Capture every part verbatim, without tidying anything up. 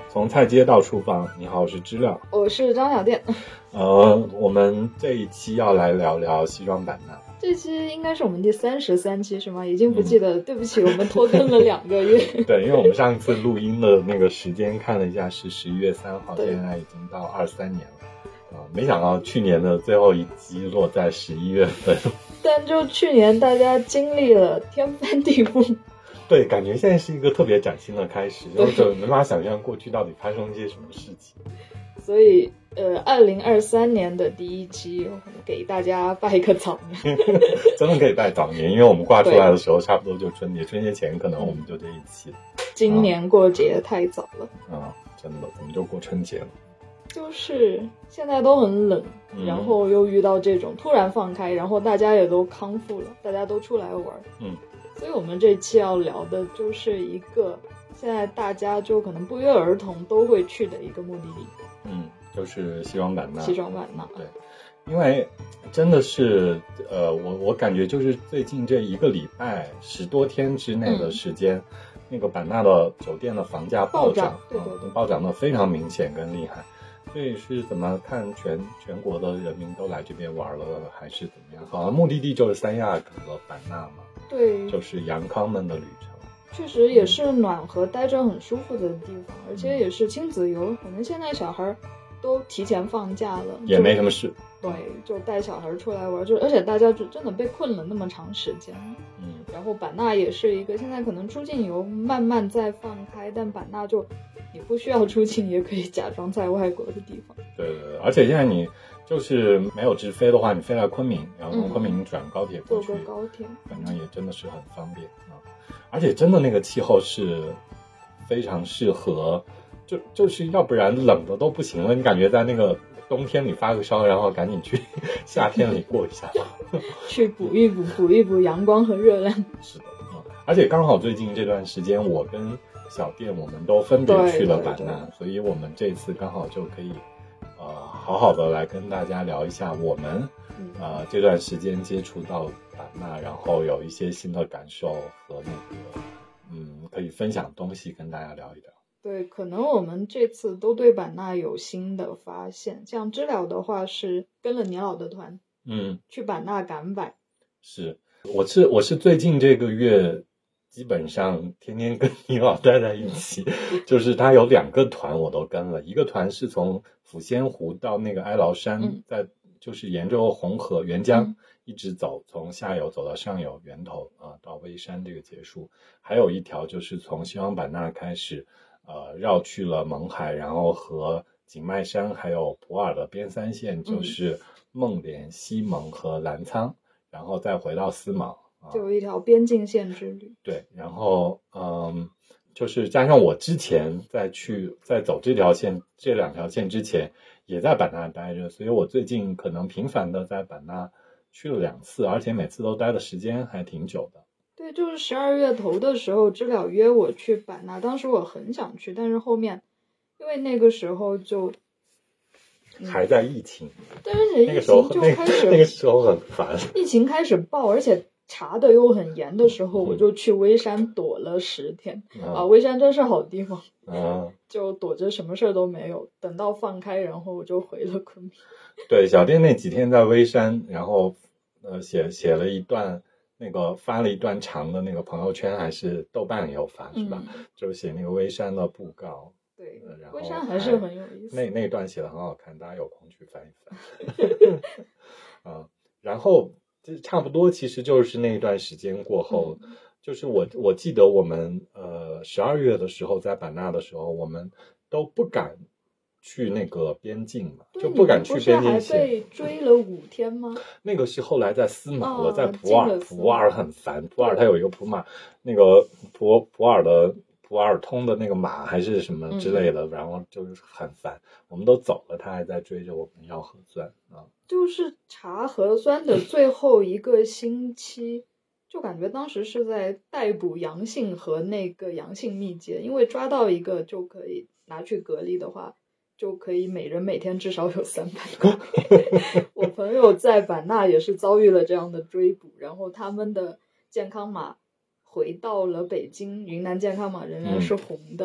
从菜街到厨房。你好，我是知了， 我是张小店。 呃，我们这一期要来聊聊西双版纳。 这期应该是我们第三十三期是吗？已经不记得、嗯、对不起，我们拖更了两个月。 对，因为我们上次录音的那个时间看了一下是十一月三号，现在已经到二三年了。啊、呃，没想到去年的最后一集落在十一月份。 但就去年大家经历了天翻地覆。 对，感觉现在是一个特别崭新的开始，就是没办法想象过去到底发生了些什么事情。 所以，呃，二零二三年的第一期，给大家拜一个早年。 真的可以拜早年，因为我们挂出来的时候，差不多就春节，春节前可能我们就这一期。 今年过节太早了。 啊，真的，怎么就过春节了？ 就是现在都很冷，嗯、然后又遇到这种突然放开，然后大家也都康复了，大家都出来玩。 嗯。 所以我们这期要聊的就是一个现在大家就可能不约而同都会去的一个目的地。 嗯，就是西双版纳。 西双版纳， 对，因为真的是呃，我我感觉就是最近这一个礼拜十多天之内的时间，嗯、那个版纳的酒店的房价暴涨， 对对对， 暴涨的非常明显跟厉害。所以是怎么看全全国的人民都来这边玩了，还是怎么样？好像目的地就是三亚和版纳嘛。 对， 就是阳康们的旅程， 确实也是暖和，待着很舒服的地方，而且也是亲子游。可能现在小孩都提前放假了， 也没什么事。 对，就带小孩出来玩，就而且大家就真的被困了那么长时间。 嗯， 然后版纳也是一个现在可能出境游慢慢在放开，但版纳就你不需要出境也可以假装在外国的地方。 对对对，而且现在你就是没有直飞的话，你飞来昆明，然后从昆明转高铁过去， 坐个高铁， 反正也真的是很方便啊。而且真的那个气候是非常适合，就就是要不然冷的都不行了，你感觉在那个冬天里发个烧，然后赶紧去夏天里过一下， 去补一补，补一补阳光和热量。 是的，嗯，而且刚好最近这段时间，我跟小店我们都分别去了版纳，所以我们这次刚好就可以。呃，好好的来跟大家聊一下我们，呃，这段时间接触到版纳，然后有一些新的感受和那个，嗯，可以分享东西跟大家聊一聊。 对，可能我们这次都对版纳有新的发现。像知了的话是跟了年老的团， 嗯， 去版纳赶百。 是，我是我是最近这个月。基本上天天跟你老待在一起，就是他有两个团我都跟了，一个团是从抚仙湖到那个哀牢山， 嗯、 在就是沿着红河沅江、 嗯、 一直走，从下游走到上游源头啊、呃，到微山这个结束。还有一条就是从西双版纳开始，呃，绕去了勐海，然后和景迈山还有普洱的边三线，就是孟连、西勐和澜沧，然后再回到思茅。 就有一条边境线之旅。 对，然后嗯，就是加上我之前在去在走这条线这两条线之前也在版纳待着，所以我最近可能频繁的在版纳去了两次，而且每次都待的时间还挺久的。 对，就是十二月头的时候知了约我去版纳，当时我很想去，但是后面因为那个时候就、 嗯、还在疫情， 但是疫情就开始、 那个、那个时候很烦， 疫情开始爆，而且查的又很严的时候，我就去微山躲了十天、嗯、啊！微山真是好地方， 嗯， 就躲着什么事都没有。等到放开，然后我就回了昆明。 对，小店那几天在微山，然后呃写写了一段那个发了一段长的那个朋友圈，还是豆瓣也有发是吧？嗯、就写那个微山的布告。 对， 呃、然后微山还是很有意思。 那那一段写的很好看，大家有空去翻一翻。啊，然后。差不多其实就是那一段时间过后、嗯、就是我我记得我们呃十二月的时候在版纳的时候，我们都不敢去那个边境嘛，就不敢去边境线。 不是还被追了五天吗？ 那个是后来在思茅了、哦、在普洱，普洱很烦，普洱它有一个普马，那个普普洱的普洱通的那个马还是什么之类的、嗯、然后就是很烦，我们都走了，他还在追着我们要核酸啊。 就是查核酸的最后一个星期，就感觉当时是在逮捕阳性和那个阳性密接，因为抓到一个就可以拿去隔离的话，就可以每人每天至少有三百个。我朋友在版纳也是遭遇了这样的追捕，然后他们的健康码回到了北京，云南健康码仍然是红的。嗯，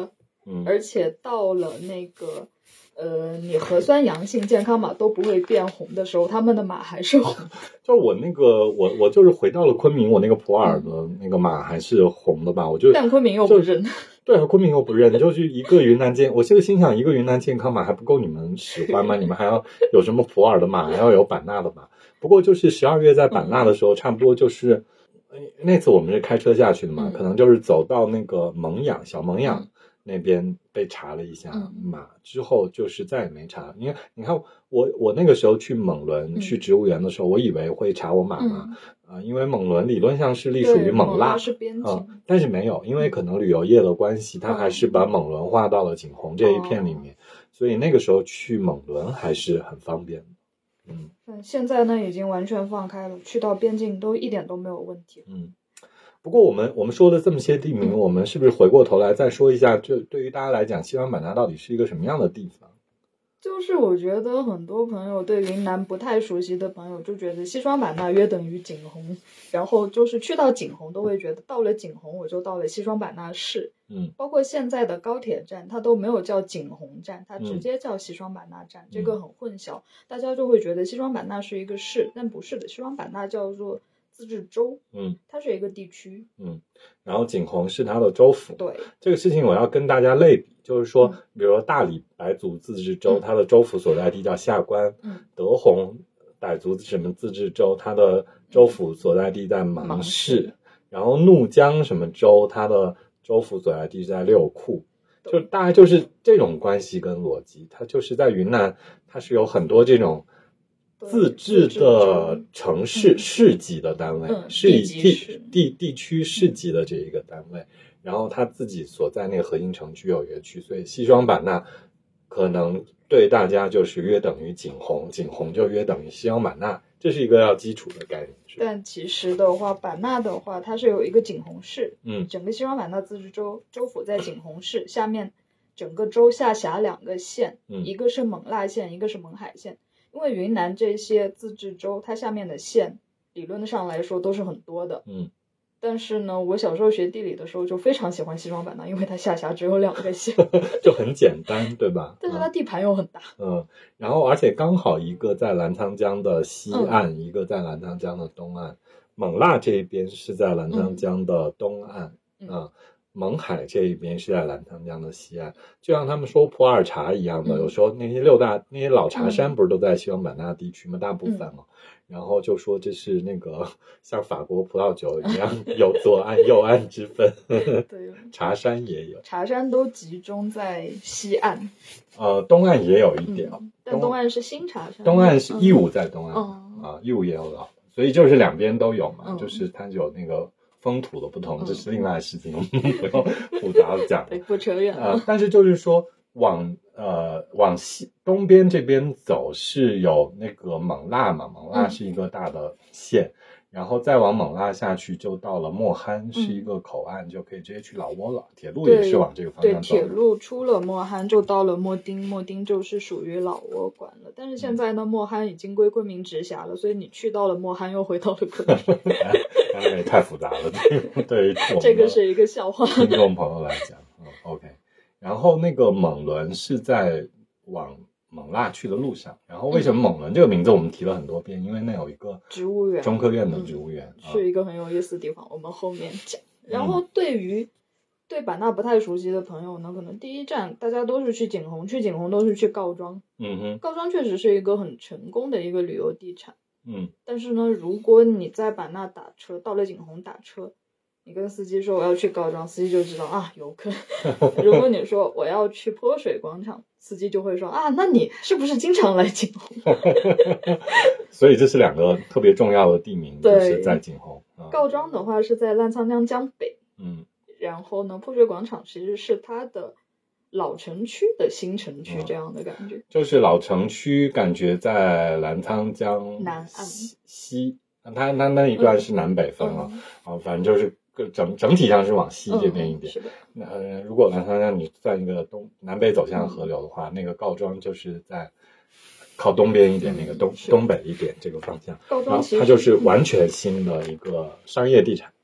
嗯， 而且到了那个呃你核酸阳性健康码都不会变红的时候，他们的码还是红。 就是我那个我我就是回到了昆明，我那个普洱的那个码还是红的吧，我就但昆明又不认。 对啊，昆明又不认，就是一个云南健，我现在心想，一个云南健康码还不够你们使唤吗？你们还要有什么普洱的码，还要有版纳的码。不过就是十二月在版纳的时候，差不多就是，那次我们是开车下去的嘛，可能就是走到那个蒙养小蒙养那边被查了一下码，之后就是再也没查。因为你看我我那个时候去蒙伦去植物园的时候，我以为会查我码嘛。啊、呃，因为蒙伦理论上是隶属于蒙腊， 是边境、 呃，但是没有，因为可能旅游业的关系，它还是把蒙伦划到了景洪这一片里面，哦、所以那个时候去蒙伦还是很方便的。嗯， 现在呢已经完全放开了，去到边境都一点都没有问题。 嗯，不过我们我们说的这么些地名，嗯、我们是不是回过头来再说一下，就对于大家来讲，西双版纳到底是一个什么样的地方？ 就是我觉得很多朋友对云南不太熟悉的朋友就觉得西双版纳约等于景洪，然后就是去到景洪都会觉得到了景洪我就到了西双版纳市。 嗯， 包括现在的高铁站它都没有叫景洪站，它直接叫西双版纳站，嗯、这个很混淆，大家就会觉得西双版纳是一个市，但不是的，西双版纳叫做自治州， 嗯， 它是一个地区， 嗯，然后景洪是它的州府。 对， 这个事情我要跟大家类比，就是说，嗯、比如说大理傣族自治州，嗯、它的州府所在地叫下关， 嗯， 德宏傣族什么自治州，它的州府所在地在芒市，嗯、然后怒江什么州，它的州府所在地在六库，就大概就是这种关系跟逻辑，它就是在云南，它是有很多这种自治的城市、嗯、市级的单位， 嗯、 是以地地地区市级的这一个单位，嗯、然后它自己所在那个核心城区有园区，所以西双版纳可能对大家就是约等于景洪，景洪就约等于西双版纳，这是一个要基础的概念。 但其实的话，版纳的话，它是有一个景洪市， 嗯， 整个西双版纳自治州州府在景洪市下面，整个州下辖两个县， 嗯， 一个是勐腊县，一个是勐海县。因为云南这些自治州，它下面的县理论上来说都是很多的， 嗯。 但是呢，我小时候学地理的时候就非常喜欢西双版纳，因为它下辖只有两个县， 就很简单，对吧？ 但是它地盘又很大。 嗯，然后而且刚好一个在澜沧江的西岸，嗯、一个在澜沧江的东岸。勐腊这一边是在澜沧江的东岸，嗯，嗯勐海这一边是在澜沧江的西岸。就像他们说普洱茶一样的，嗯、有时候那些六大那些老茶山不是都在西双版纳地区吗？大部分嘛。嗯然后就说这是那个像法国葡萄酒一样有左岸右岸之分， 对， 茶山也有， 茶山都集中在西岸， 呃，东岸也有一点， 嗯、但东岸是新茶山， 东岸是义乌在东岸， 嗯、 啊，义乌也有老，所以就是两边都有嘛， 嗯、 就是它有那个风土的不同，嗯、这是另外的事情，我们不用复杂的讲， 对，不扯远了， 呃，但是就是说往。呃，往西东边这边走是有那个勐腊嘛，勐腊是一个大的县，嗯、然后再往勐腊下去就到了莫憨，嗯、是一个口岸，就可以直接去老挝了。铁路也是往这个方向走。 对，铁路出了莫憨就到了莫丁，莫丁就是属于老挝管了。但是现在呢，嗯、莫憨已经归昆明直辖了，所以你去到了莫憨又回到了昆明。 那也太复杂了，对于这个是一个笑话。 听众朋友来讲，嗯 ，OK。然后那个勐伦是在往勐腊去的路上，然后为什么勐伦这个名字我们提了很多遍，因为那有一个植物园， 中科院的植物园， 嗯、是一个很有意思的地方，我们后面讲。然后对于对版纳不太熟悉的朋友呢，可能第一站大家都是去景洪，去景洪都是去告庄， 嗯哼， 告庄确实是一个很成功的一个旅游地产， 嗯， 但是呢，如果你在版纳打车，到了景洪打车。你跟司机说我要去告庄，司机就知道啊游客。如果你说我要去泼水广场，司机就会说啊，那你是不是经常来景洪？ 所以这是两个特别重要的地名，就是在景洪。 嗯、告庄的话是在澜沧江江北， 嗯， 然后呢，泼水广场其实是它的老城区的新城区这样的感觉， 嗯、就是老城区感觉在澜沧江南岸西，西它它那一段是南北分啊，啊、嗯，反正就是。整整体上是往西这边一点， 嗯、是的。 那、呃、如果澜沧江你算一个东南北走向河流的话，嗯、那个告庄就是在靠东边一点，嗯、那个东东北一点这个方向。 告庄其实它就是完全新的一个商业地产。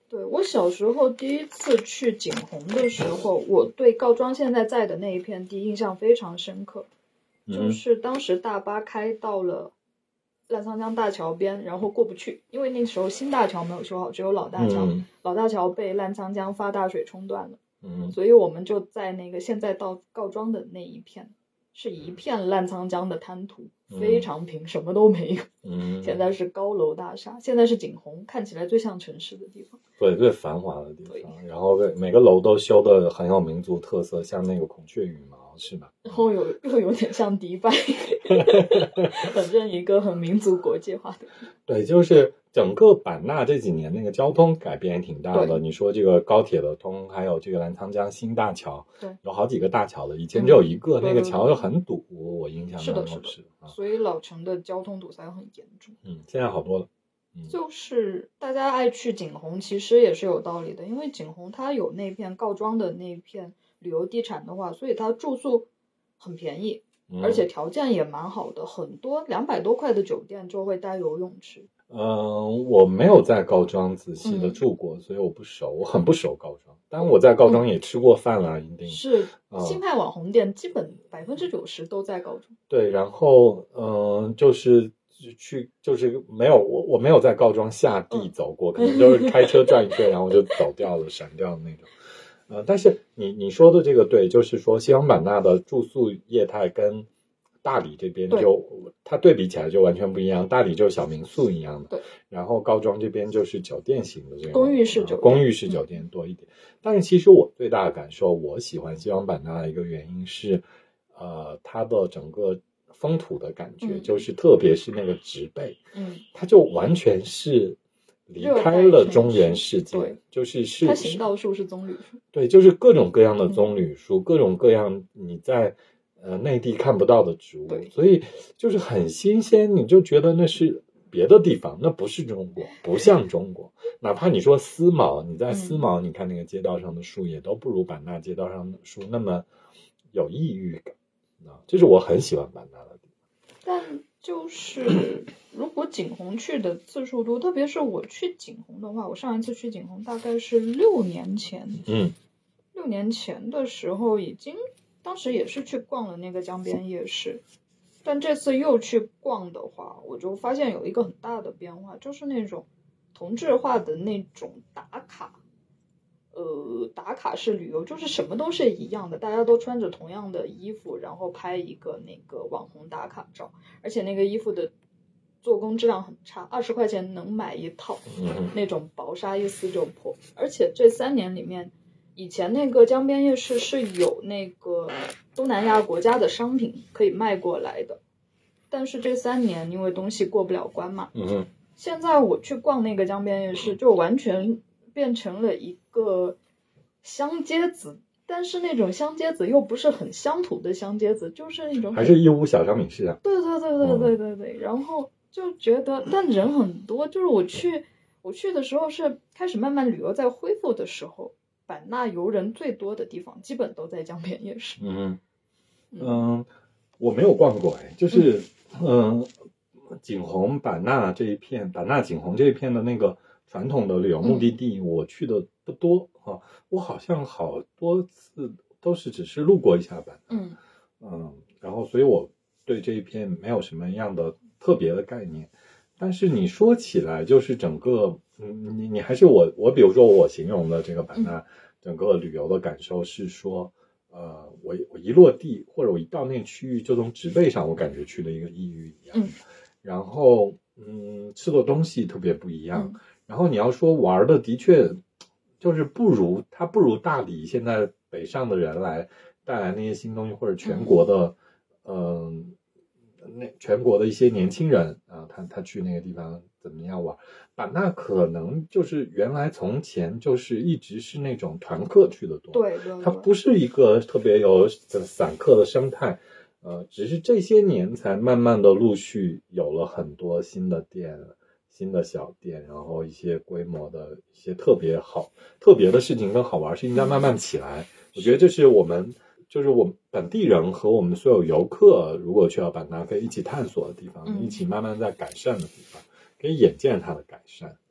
对，我小时候第一次去景洪的时候，我对告庄现在在的那一片地印象非常深刻， 嗯、 就是当时大巴开到了澜沧江大桥边，然后过不去，因为那时候新大桥没有修好，只有老大桥， 嗯、 老大桥被澜沧江发大水冲断了， 嗯， 所以我们就在那个现在到告庄的那一片，是一片澜沧江的滩涂，非常平，什么都没有。 嗯， 现在是高楼大厦，现在是景洪，看起来最像城市的地方， 对，最繁华的地方。然后每个楼都修的很有民族特色，像那个孔雀羽毛，是吧？ 然后有又有点像迪拜，反正一个很民族国际化的。 对，就是整个版纳这几年那个交通改变也挺大的。你说这个高铁的通，还有这个澜沧江新大桥，对，有好几个大桥了，以前只有一个，嗯、那个桥又很堵，我印象当中是的，啊、所以老城的交通堵塞很严重。 嗯，现在好多了。 就是大家爱去景洪，其实也是有道理的，因为景洪它有那片告庄的那片旅游地产的话，所以它住宿很便宜，嗯、而且条件也蛮好的，很多两百多块的酒店就会带游泳池。 嗯、呃，我没有在告庄仔细的住过，嗯、所以我不熟，我很不熟告庄。但我在告庄也吃过饭了，嗯、一定是新派网红店，基本百分之九十都在告庄。 对，然后嗯、呃，就是。去就是没有我我没有在告庄下地走过，嗯、可能就是开车转一圈，然后就走掉了，闪掉的那种。呃，但是你你说的这个对，就是说西双版纳的住宿业态跟大理这边就它对比起来就完全不一样，大理就是小民宿一样的， 对， 然后告庄这边就是酒店型的这种公寓式酒店， 呃、公寓式酒店多一点。嗯、但是其实我最大的感受，我喜欢西双版纳的一个原因是，呃，它的整个风土的感觉，嗯、就是特别是那个植被，嗯，它就完全是离开了中原世界，对，就是是它行道树是棕榈树， 对，就是各种各样的棕榈树，嗯、各种各样你在呃内地看不到的植物，所以就是很新鲜，你就觉得那是别的地方，那不是中国，不像中国。哪怕你说思茅，你在思茅，嗯、你看那个街道上的树也都不如版纳街道上的树那么有异域感。啊，这是我很喜欢版纳的地方。 但就是如果景洪去的次数多，特别是我去景洪的话，我上一次去景洪大概是六年前， 嗯， 六年前的时候已经，当时也是去逛了那个江边夜市，但这次又去逛的话，我就发现有一个很大的变化，就是那种同质化的那种打卡。呃，打卡式旅游就是什么都是一样的，大家都穿着同样的衣服，然后拍一个那个网红打卡照，而且那个衣服的做工质量很差，二十块钱能买一套， 嗯、 那种薄纱一撕就破。而且这三年里面，以前那个江边夜市是有那个东南亚国家的商品可以卖过来的，但是这三年因为东西过不了关嘛， 嗯、 现在我去逛那个江边夜市，就完全变成了一个香街子，但是那种香街子又不是很乡土的香街子，就是那种还是义乌小商品市场。 对对对对对对对，嗯、然后就觉得，但人很多，就是我去我去的时候是开始慢慢旅游在恢复的时候，版纳游人最多的地方基本都在江边夜市。 嗯嗯，我没有逛过哎，就是嗯，景洪版纳这一片，版纳景洪这一片的那个传统的旅游目的地，嗯、我去的不多啊，我好像好多次都是只是路过一下版纳， 嗯嗯，然后所以我对这一片没有什么样的特别的概念。但是你说起来，就是整个，嗯，你你还是我我比如说我形容的这个版纳整个旅游的感受是说，呃，我我一落地或者我一到那个区域，就从植被上我感觉去了一个异域一样， 嗯， 然后嗯，吃的东西特别不一样。 嗯然后你要说玩的，的确就是不如它不如大理现在北上的人来带来那些新东西，或者全国的，嗯、呃，那全国的一些年轻人啊，他他去那个地方怎么样玩？版纳可能就是原来从前就是一直是那种团客去的多， 对对对， 它不是一个特别有散客的生态，呃，只是这些年才慢慢的陆续有了很多新的店。新的小店，然后一些规模的一些特别好特别的事情跟好玩事情在慢慢起来，我觉得这是我们就是我们本地人和我们所有游客如果去到版纳可以一起探索的地方， 嗯、 一起慢慢在改善的地方，可以眼见它的改善啊，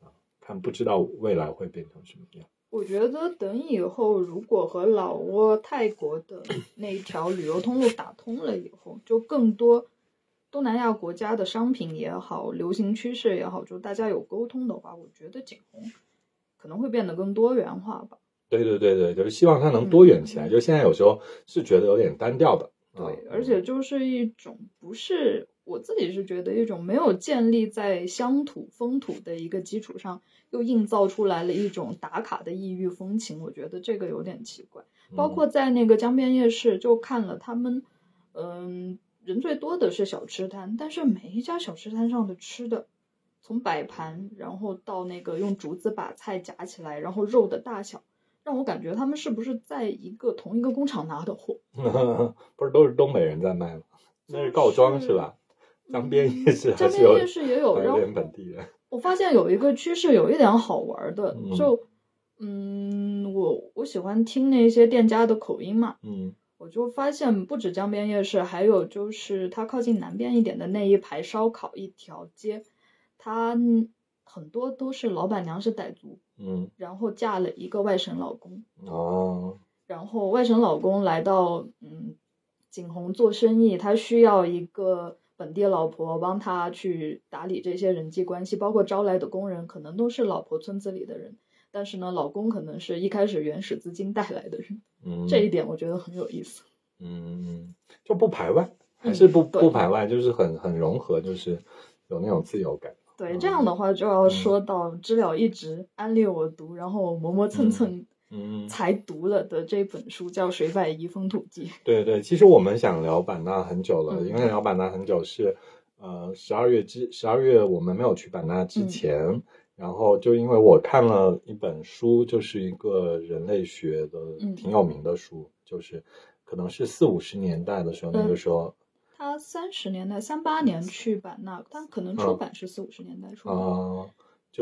看不知道未来会变成什么样。 我觉得等以后如果和老挝泰国的那一条旅游通路打通了以后，就更多东南亚国家的商品也好，流行趋势也好，就大家有沟通的话，我觉得景洪可能会变得更多元化吧。 对对对对，就是希望它能多元起来、嗯、就现在有时候是觉得有点单调的。 对、嗯、而且就是一种不是，我自己是觉得一种没有建立在乡土风土的一个基础上，又映造出来了一种打卡的异域风情，我觉得这个有点奇怪。包括在那个江边夜市就看了他们嗯，人最多的是小吃摊，但是每一家小吃摊上的吃的，从摆盘然后到那个用竹子把菜夹起来，然后肉的大小，让我感觉他们是不是在一个同一个工厂拿的货不是都是东北人在卖吗？那是告庄是吧？江边夜市还是有， 江边夜市也有， 有点本地人。 我发现有一个趋势有一点好玩的，嗯就嗯，我我喜欢听那些店家的口音嘛， 嗯， 我就发现不止江边夜市，还有就是它靠近南边一点的那一排烧烤一条街，它很多都是老板娘是傣族， 嗯， 然后嫁了一个外省老公， 哦， 然后外省老公来到嗯景洪做生意，他需要一个本地老婆帮他去打理这些人际关系，包括招来的工人可能都是老婆村子里的人，但是呢老公可能是一开始原始资金带来的人，嗯，这一点我觉得很有意思。 嗯，就不排外，还是不、嗯、不排外，就是很很融合，就是有那种自由感。 对，这样的话就要说到知了一直安利我读，嗯、然后磨磨蹭蹭才读了的这本书叫《水百宜风土记》。 对对，其实我们想聊版纳很久了， 嗯、 因为聊版纳很久是呃十二月之十二月我们没有去版纳之前。嗯，然后就因为我看了一本书，就是一个人类学的挺有名的书，嗯、就是可能是四五十年代的时候，嗯、那个时候他三十年代三八年去版纳，但可能出版是四五十年代出版。 啊、呃，就是、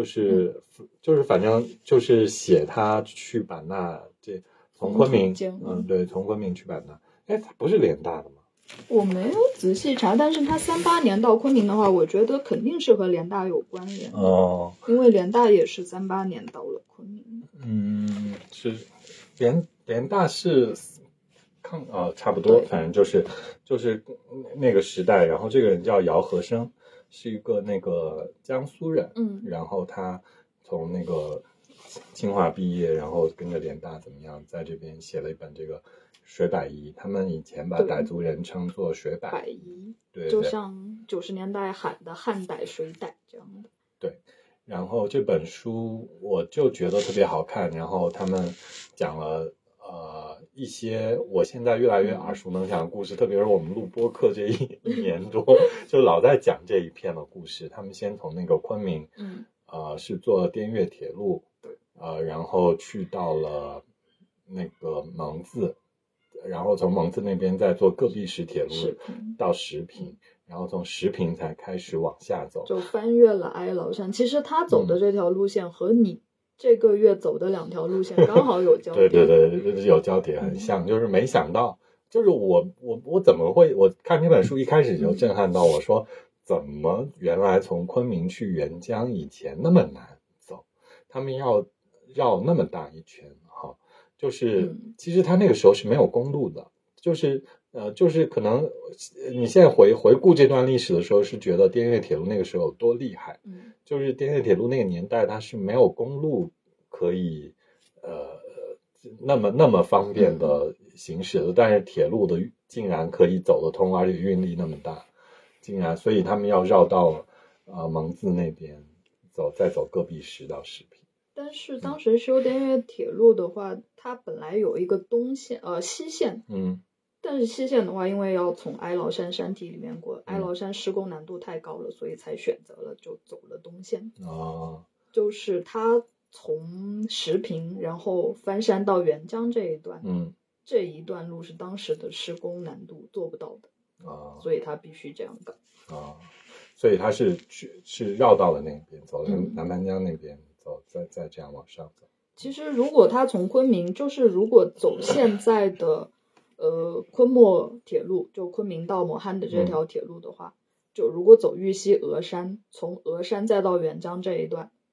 嗯、就是反正就是写他去版纳，这从昆明，嗯，对，从昆明去版纳，哎，他不是联大的吗？ 我没有仔细查，但是他三八年到昆明的话，我觉得肯定是和联大有关联哦， 因为联大也是三八年到了昆明。 嗯，是联联大是抗啊、呃，差不多，反正就是就是那个时代。然后这个人叫姚和生，是一个那个江苏人， 嗯， 然后他从那个清华毕业，然后跟着联大怎么样，在这边写了一本这个。水百宜，他们以前把傣族人称作水百百宜， 对， 就像九十年代喊的汉傣水傣这样的。 对，然后这本书我就觉得特别好看，然后他们讲了呃一些我现在越来越耳熟能详的故事，嗯、特别是我们录播客这一一年多，就老在讲这一片的故事。他们先从那个昆明， 嗯， 呃，是坐滇越铁路， 对， 呃，然后去到了那个蒙自。然后从蒙自那边再坐戈壁石铁路到石屏，然后从石屏才开始往下走， 就翻越了哀牢山。其实他走的这条路线和你这个月走的两条路线刚好有交叠。 对对对，有交叠，很像。嗯、就是没想到，就是我我我怎么会？我看这本书一开始就震撼到我说，怎么原来从昆明去沅江以前那么难走？他们要绕那么大一圈，哈。就是其实他那个时候是没有公路的，就是呃就是可能你现在回回顾这段历史的时候是觉得滇越铁路那个时候有多厉害， 嗯， 就是滇越铁路那个年代它是没有公路可以呃那么那么方便的行驶的，但是铁路的竟然可以走得通，而且运力那么大，竟然所以他们要绕到呃蒙自那边走，再走戈壁石到石屏。 但是当时修滇越铁路的话、嗯、它本来有一个东线呃西线， 嗯， 但是西线的话因为要从哀牢山山体里面过、嗯、哀牢山施工难度太高了，所以才选择了就走了东线。 哦， 就是它从石屏然后翻山到沅江这一段， 嗯， 这一段路是当时的施工难度做不到的， 哦， 所以它必须这样搞。 哦，所以它是去是绕到了那边，走了南盘江那边、嗯走再再这样往上走。 其实如果他从昆明，就是如果走现在的呃昆莫铁路，就昆明到磨憨的这条铁路的话、嗯、就如果走玉溪峨山，从峨山再到沅江这一段，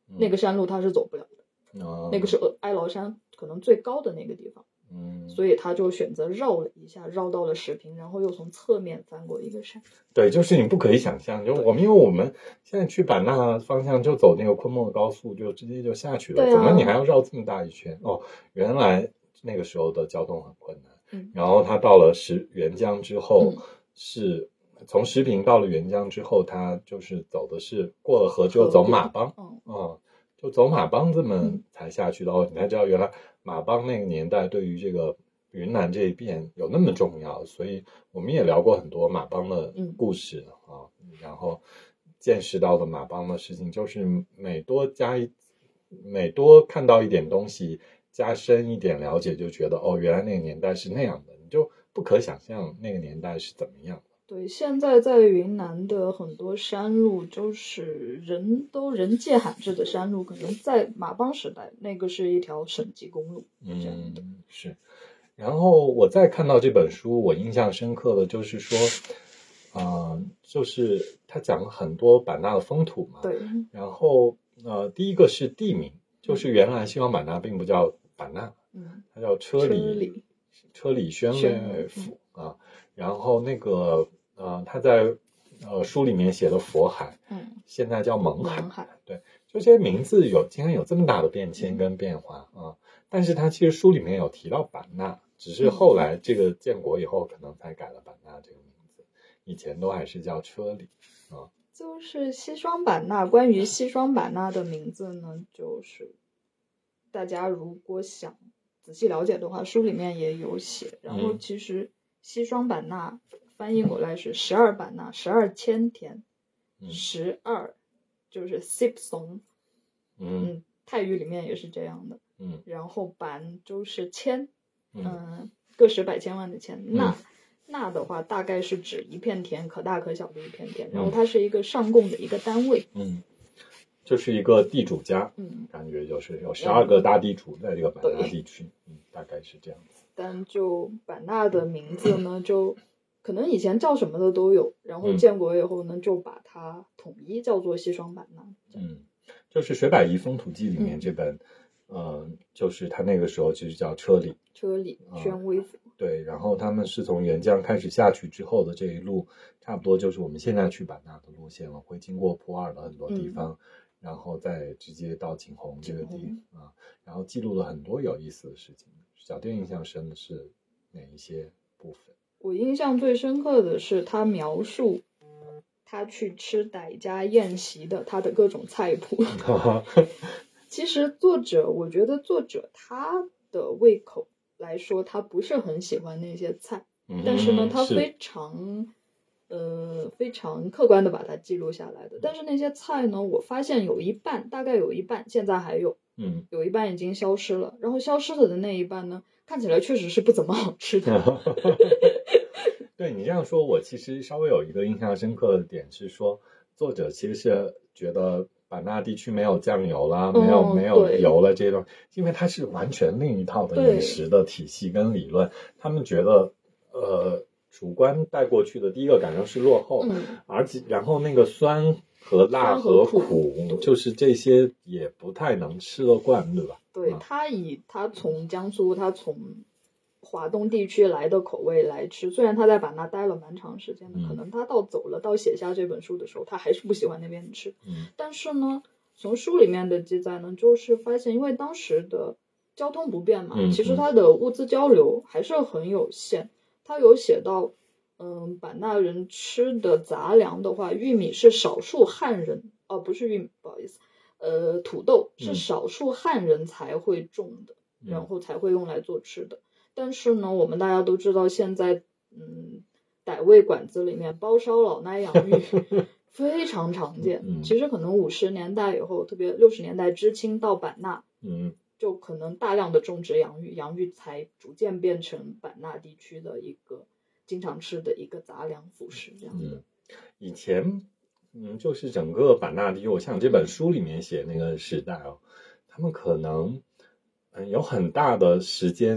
嗯、那个山路他是走不了的， 哦、 那个是哀牢山可能最高的那个地方。 嗯， 所以他就选择绕了一下，绕到了石屏，然后又从侧面翻过一个山。 对，就是你不可以想象，就我们因为我们现在去版纳方向就走那个昆莫高速，就直接就下去了， 啊、 怎么你还要绕这么大一圈？哦，原来那个时候的交通很困难。 嗯， 然后他到了石沅江之后， 嗯、 是从石屏到了沅江之后，他就是走的是过了河之后走马帮， 嗯。 嗯就走马帮这么才下去的哦，你才知道原来马帮那个年代对于这个云南这一边有那么重要，所以我们也聊过很多马帮的故事、嗯、啊，然后见识到的马帮的事情，就是每多加一每多看到一点东西，加深一点了解，就觉得哦，原来那个年代是那样的，你就不可想象那个年代是怎么样的。 对，现在在云南的很多山路就是人都人迹罕至的山路，可能在马帮时代那个是一条省级公路。 嗯，是。然后我再看到这本书，我印象深刻的就是说，呃，就是他讲了很多版纳的风土嘛。 对。 然后呃，第一个是地名，就是原来西双版纳并不叫版纳， 嗯， 它叫车里车里车里宣慰府啊。然后那个呃，他在呃书里面写的佛海， 嗯， 现在叫勐海。 勐海， 对，就这些名字有竟然有这么大的变迁跟变化、嗯、啊！但是他其实书里面有提到版纳，只是后来这个建国以后可能才改了版纳这个名字，以前都还是叫车里啊。 就是西双版纳，关于西双版纳的名字呢，就是大家如果想仔细了解的话，书里面也有写。然后其实西双版纳翻译过来是十二版纳，十二千田，十二就是 sip song， 嗯，泰语里面也是这样的。 嗯， 然后版就是千， 嗯、 呃，个十百千万的千。纳纳的话大概是指一片田，可大可小的一片田，然后它是一个上贡的一个单位。 嗯，就是一个地主家， 嗯， 感觉就是有十二个大地主在这个版纳地区，嗯，大概是这样子。 但就版纳的名字呢，就可能以前叫什么的都有，然后建国以后呢，就把它统一叫做西双版纳。 嗯，就是《水百夷风土记》里面这本，嗯、呃，就是他那个时候其实叫车里车里宣慰府、 呃。对，然后他们是从沅江开始下去之后的这一路，差不多就是我们现在去版纳的路线了，会经过普洱的很多地方。嗯，然后再直接到景洪这个地啊，然后记录了很多有意思的事情。小店印象深的是哪一些部分？ 我印象最深刻的是他描述他去吃傣家宴席的他的各种菜谱。其实作者，我觉得作者他的胃口来说，他不是很喜欢那些菜，嗯、但是呢，他非常。呃，非常客观的把它记录下来的。但是那些菜呢，我发现有一半，大概有一半现在还有， 嗯， 有一半已经消失了。然后消失了的那一半呢，看起来确实是不怎么好吃的。 对，你这样说，我其实稍微有一个印象深刻的点是说，作者其实是觉得版纳地区没有酱油啦， 嗯、 没有没有油了这种，因为它是完全另一套的饮食的体系跟理论，他们觉得呃。主观带过去的第一个感受是落后， 嗯、 而且然后那个酸和辣和苦，就是这些也不太能吃得惯，对吧？ 对，他以他从江苏，他从华东地区来的口味来吃，虽然他在版纳待了蛮长时间的、嗯，可能他到走了，到写下这本书的时候，他还是不喜欢那边吃。 嗯， 但是呢，从书里面的记载呢，就是发现因为当时的交通不便嘛， 嗯、 其实它的物资交流还是很有限。他有写到，嗯，版纳人吃的杂粮的话，玉米是少数汉人，哦，不是玉米，不好意思，呃，土豆是少数汉人才会种的、嗯，然后才会用来做吃的。但是呢，我们大家都知道，现在，嗯，傣味馆子里面包烧老奶洋芋非常常见。 嗯、 其实可能五十年代以后，特别六十年代知青到版纳， 嗯。 就可能大量的种植洋芋，洋芋才逐渐变成版纳地区的一个经常吃的一个杂粮辅食这样的。 嗯，以前嗯，就是整个版纳地区，我像这本书里面写那个时代哦，他们可能嗯有很大的时间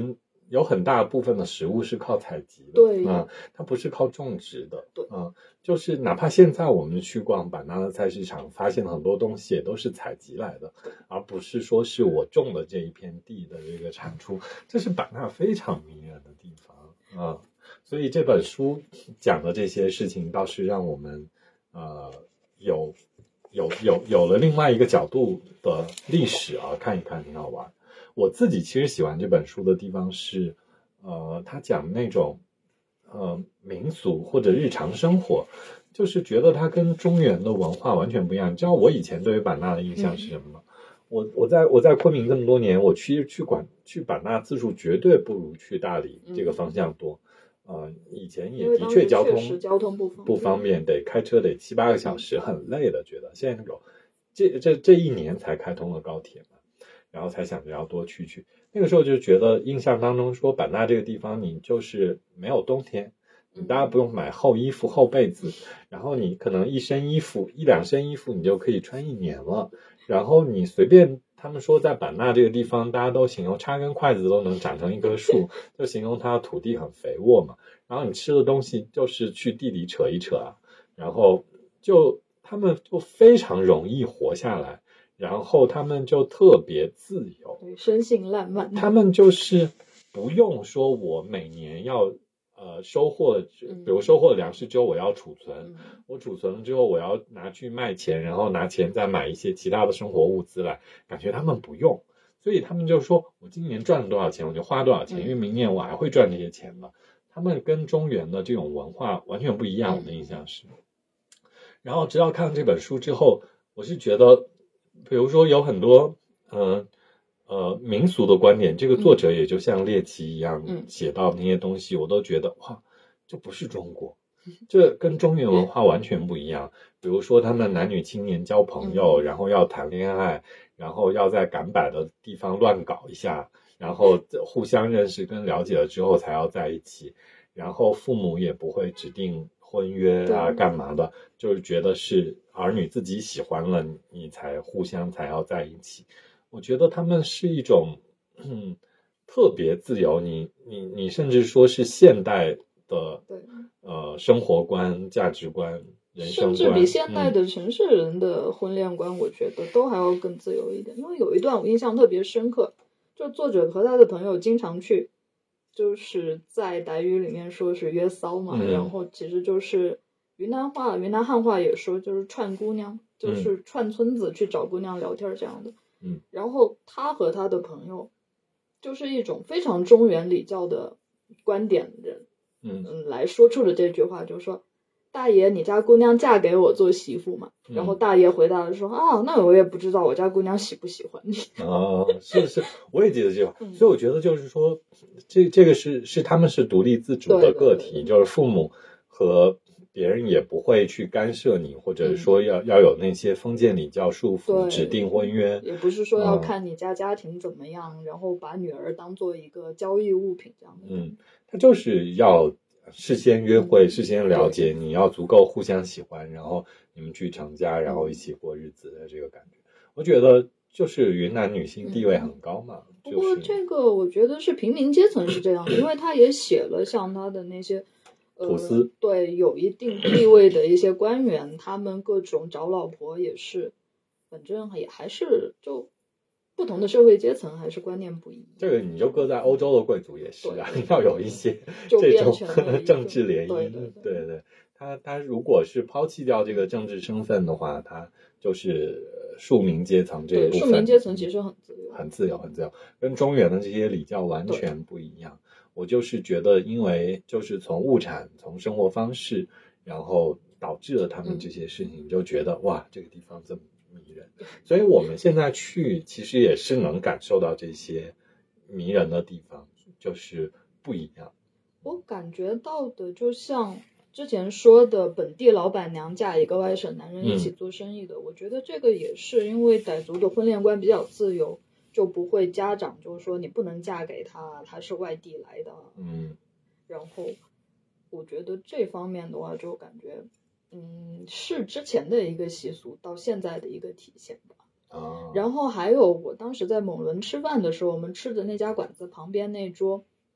有很大部分的食物是靠采集的， 对， 嗯，它不是靠种植的， 对， 嗯，就是哪怕现在我们去逛版纳的菜市场，发现很多东西也都是采集来的，而不是说是我种的这一片地的这个产出，这是版纳非常迷人的地方，嗯，所以这本书讲的这些事情，倒是让我们呃有有有有了另外一个角度的历史啊，看一看挺好玩。我自己其实喜欢这本书的地方是，呃，他讲那种呃民俗或者日常生活，就是觉得它跟中原的文化完全不一样。你知道我以前对于版纳的印象是什么吗？嗯、我我在我在昆明这么多年，我去去管去版纳次数绝对不如去大理这个方向多。嗯、呃，以前也的确交通交通不方便， 不方便，得开车得七八个小时，很累的。觉得现在有这这这一年才开通了高铁嘛。然后才想着要多去去，那个时候就觉得印象当中说版纳这个地方你就是没有冬天，你大家不用买厚衣服厚被子，然后你可能一身衣服一两身衣服你就可以穿一年了，然后你随便他们说在版纳这个地方大家都形容插根筷子都能长成一棵树，就形容它土地很肥沃嘛，然后你吃的东西就是去地里扯一扯啊，然后就他们就非常容易活下来，然后他们就特别自由， 对，生性烂漫。 他们就是不用说我每年要呃收获，比如收获的粮食之后我要储存，嗯、我储存了之后我要拿去卖钱，然后拿钱再买一些其他的生活物资来，感觉他们不用，所以他们就说我今年赚了多少钱我就花多少钱，嗯、因为明年我还会赚这些钱的。他们跟中原的这种文化完全不一样，我的印象是。嗯、然后直到看这本书之后，我是觉得。比如说有很多呃呃民俗的观点，这个作者也就像猎奇一样、嗯、写到那些东西，我都觉得哇，这不是中国，这跟中原文化完全不一样。比如说他们男女青年交朋友，然后要谈恋爱，然后要在赶摆的地方乱搞一下，然后互相认识跟了解了之后才要在一起，然后父母也不会指定婚约啊干嘛的，就是觉得是儿女自己喜欢了你才互相才要在一起。我觉得他们是一种嗯特别自由，你你你甚至说是现代的呃生活观价值观人生观， 甚至比现代的城市人的婚恋观、嗯、我觉得都还要更自由一点。因为有一段我印象特别深刻，就作者和他的朋友经常去就是在傣语里面说是约骚嘛、嗯、然后其实就是云南话云南汉话也说就是串姑娘，就是串村子去找姑娘聊天这样的。 嗯， 然后他和他的朋友就是一种非常中原礼教的观点人嗯嗯来说出了这句话，就是说大爷你家姑娘嫁给我做媳妇嘛、嗯、然后大爷回答说啊那我也不知道我家姑娘喜不喜欢你哦，是是，我也记得这句话、嗯、所以我觉得就是说这这个是是他们是独立自主的个体，就是父母和别人也不会去干涉你，或者说要、嗯、要有那些封建礼教束缚指定婚约， 也不是说要看你家家庭怎么样、嗯、然后把女儿当做一个交易物品这样的。 嗯，他就是要事先约会、嗯、事先了解，你要足够互相喜欢，然后你们去成家，然后一起过日子的这个感觉、嗯、我觉得就是云南女性地位很高嘛、 嗯、不过这个我觉得是平民阶层是这样的因为他也写了像他的那些土司、呃、 对有一定地位的一些官员他们各种找老婆也是反正也还是就不同的社会阶层还是观念不一样。 这个你就搁在欧洲的贵族也是啊，要有一些这种政治联姻。 对对对, 对, 对，他他如果是抛弃掉这个政治身份的话，他就是庶民阶层这一部分。 庶民阶层其实很自由， 很自由，很自由，跟中原的这些礼教完全不一样。我就是觉得，因为就是从物产、从生活方式，然后导致了他们这些事情，嗯、就觉得哇，这个地方这么迷人。所以我们现在去，其实也是能感受到这些迷人的地方，就是不一样。 我感觉到的，就像之前说的，本地老板娘嫁一个外省男人一起做生意的，嗯、我觉得这个也是因为傣族的婚恋观比较自由。就不会家长就是说你不能嫁给他，他是外地来的。 嗯， 然后我觉得这方面的话，就感觉嗯是之前的一个习俗到现在的一个体现吧。 哦。 然后还有我当时在蒙伦吃饭的时候，我们吃的那家馆子旁边那桌，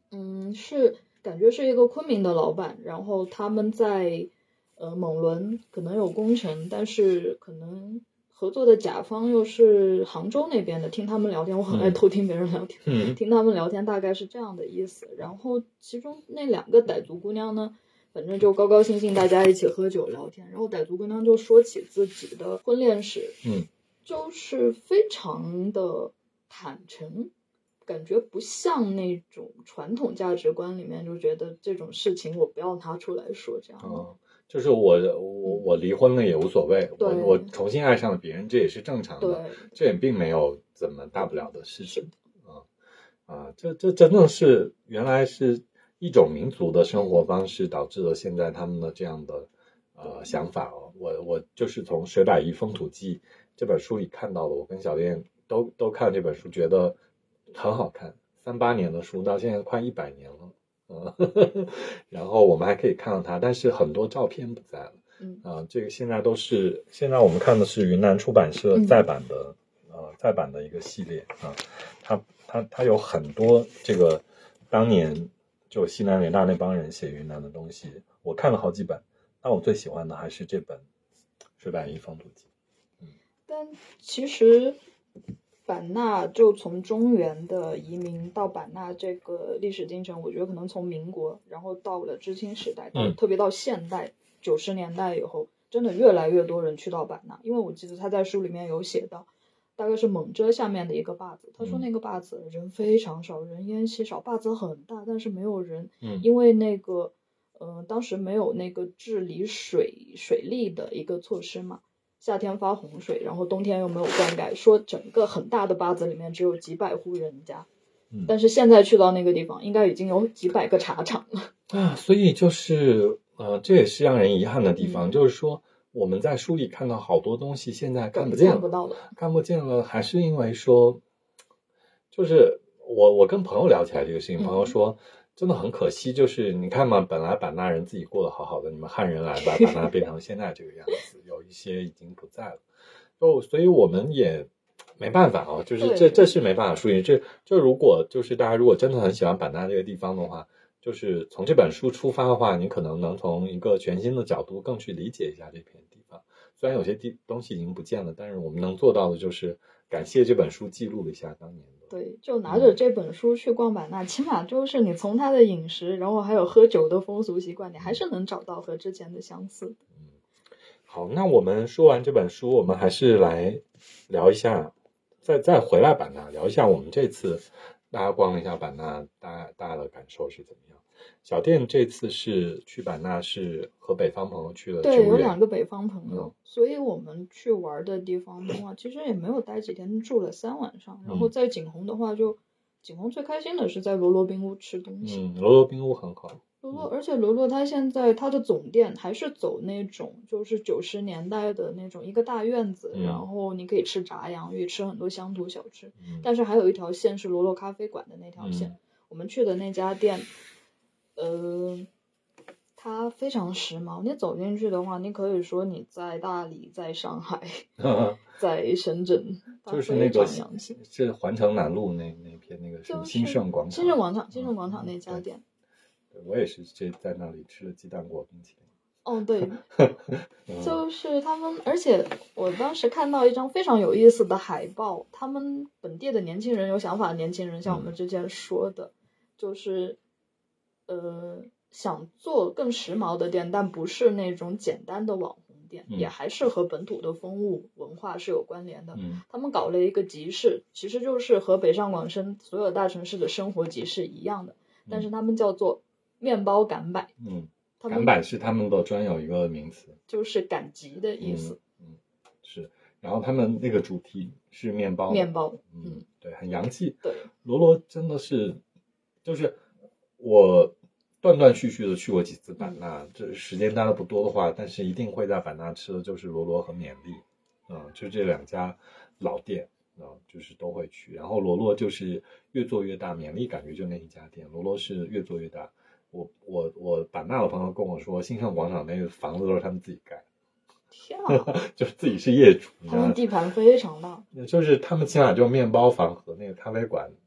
嗯，是感觉是一个昆明的老板，然后他们在呃蒙仑可能有工程，但是可能合作的甲方又是杭州那边的。听他们聊天，我很爱偷听别人聊天， 嗯， 听他们聊天大概是这样的意思。然后其中那两个傣族姑娘呢，反正就高高兴兴大家一起喝酒聊天，然后傣族姑娘就说起自己的婚恋史， 嗯， 就是非常的坦诚，感觉不像那种传统价值观里面就觉得这种事情我不要拿出来说这样的。 哦，就是我我我离婚了也无所谓，我我重新爱上了别人，这也是正常的，这也并没有怎么大不了的事情。啊啊，这这真正是原来是一种民族的生活方式导致了现在他们的这样的呃想法哦。我我就是从《水百宜风土记》这本书里看到的，我跟小练都都看这本书，觉得很好看。三八年的书到现在快一百年了。呃，然后我们还可以看到它，但是很多照片不在了。 嗯啊、呃，这个现在都是现在我们看的是云南出版社再版的、嗯、呃再版的一个系列啊，它它它有很多这个当年就西南联大那帮人写云南的东西，我看了好几本，但我最喜欢的还是这本《水百宜风土记》。嗯， 但其实。版纳就从中原的移民到版纳这个历史进程，我觉得可能从民国，然后到了知青时代，到、 嗯、 特别到现代九十年代以后，真的越来越多人去到版纳。因为我记得他在书里面有写到，大概是蒙遮下面的一个坝子，他说那个坝子人非常少，人烟稀少，坝子很大，但是没有人， 嗯， 因为那个呃当时没有那个治理水水利的一个措施嘛。夏天发洪水，然后冬天又没有灌溉，说整个很大的坝子里面只有几百户人家、 嗯、 但是现在去到那个地方应该已经有几百个茶厂了啊，所以就是呃，这也是让人遗憾的地方、嗯、就是说我们在书里看到好多东西现在看不见了， 看不到了， 看不见了，还是因为说就是我我跟朋友聊起来这个事情、嗯、朋友说真的很可惜，就是你看嘛，本来版纳人自己过得好好的，你们汉人来把版纳变成现在这个样子有一些已经不在了，就所以我们也没办法啊，就是这这是没办法说明，这这如果就是大家如果真的很喜欢版纳这个地方的话，就是从这本书出发的话，你可能能从一个全新的角度更去理解一下这片地方。虽然有些地东西已经不见了，但是我们能做到的就是感谢这本书记录了一下当年的。 对，就拿着这本书去逛版纳、嗯、起码就是你从它的饮食，然后还有喝酒的风俗习惯，你还是能找到和之前的相似的。 嗯，好，那我们说完这本书，我们还是来聊一下，再再回来版纳聊一下我们这次大家逛了一下版纳，大家大家的感受是怎么样？小店这次是去版纳是和北方朋友去了， 对，有两个北方朋友、嗯、所以我们去玩的地方的话其实也没有待几天，住了三晚上，然后在景洪的话就、嗯、景洪最开心的是在罗罗冰屋吃东西。 嗯，罗罗冰屋很好。 罗罗，而且罗罗它现在它的总店还是走那种就是九十年代的那种一个大院子、嗯、然后你可以吃炸洋芋，吃很多乡土小吃、嗯、但是还有一条线是罗罗咖啡馆的那条线、嗯、我们去的那家店呃，它非常时髦，你走进去的话你可以说你在大理，在上海在深圳， 就是那个是环城南路那那片那个什么新盛广场， 新盛广场新盛广场那家店、 嗯、我也是这在那里吃了鸡蛋果冰淇淋。 哦对就是他们，而且我当时看到一张非常有意思的海报，他们本地的年轻人，有想法的年轻人，像我们之前说的、嗯、就是呃，想做更时髦的店，但不是那种简单的网红店、嗯、也还是和本土的风物文化是有关联的、 嗯、 他们搞了一个集市，其实就是和北上广深所有大城市的生活集市一样的、嗯、但是他们叫做面包赶摆。 嗯，赶摆是他们的专有一个名词， 就是赶集的意思。 嗯, 嗯是，然后他们那个主题是面包面包嗯, 嗯对，很洋气。 对， 罗罗真的是就是我断断续续的去过几次版纳、嗯、这时间待的不多的话，但是一定会在版纳吃的就是罗罗和勉力，嗯，就这两家老店，嗯，就是都会去。然后罗罗就是越做越大，勉力感觉就那一家店，罗罗是越做越大。我我我版纳的朋友跟我说，新盛广场那个房子都是他们自己盖， 天啊， 就是自己是业主， 他们地盘非常大， 就是他们起码就面包房和那个咖啡馆。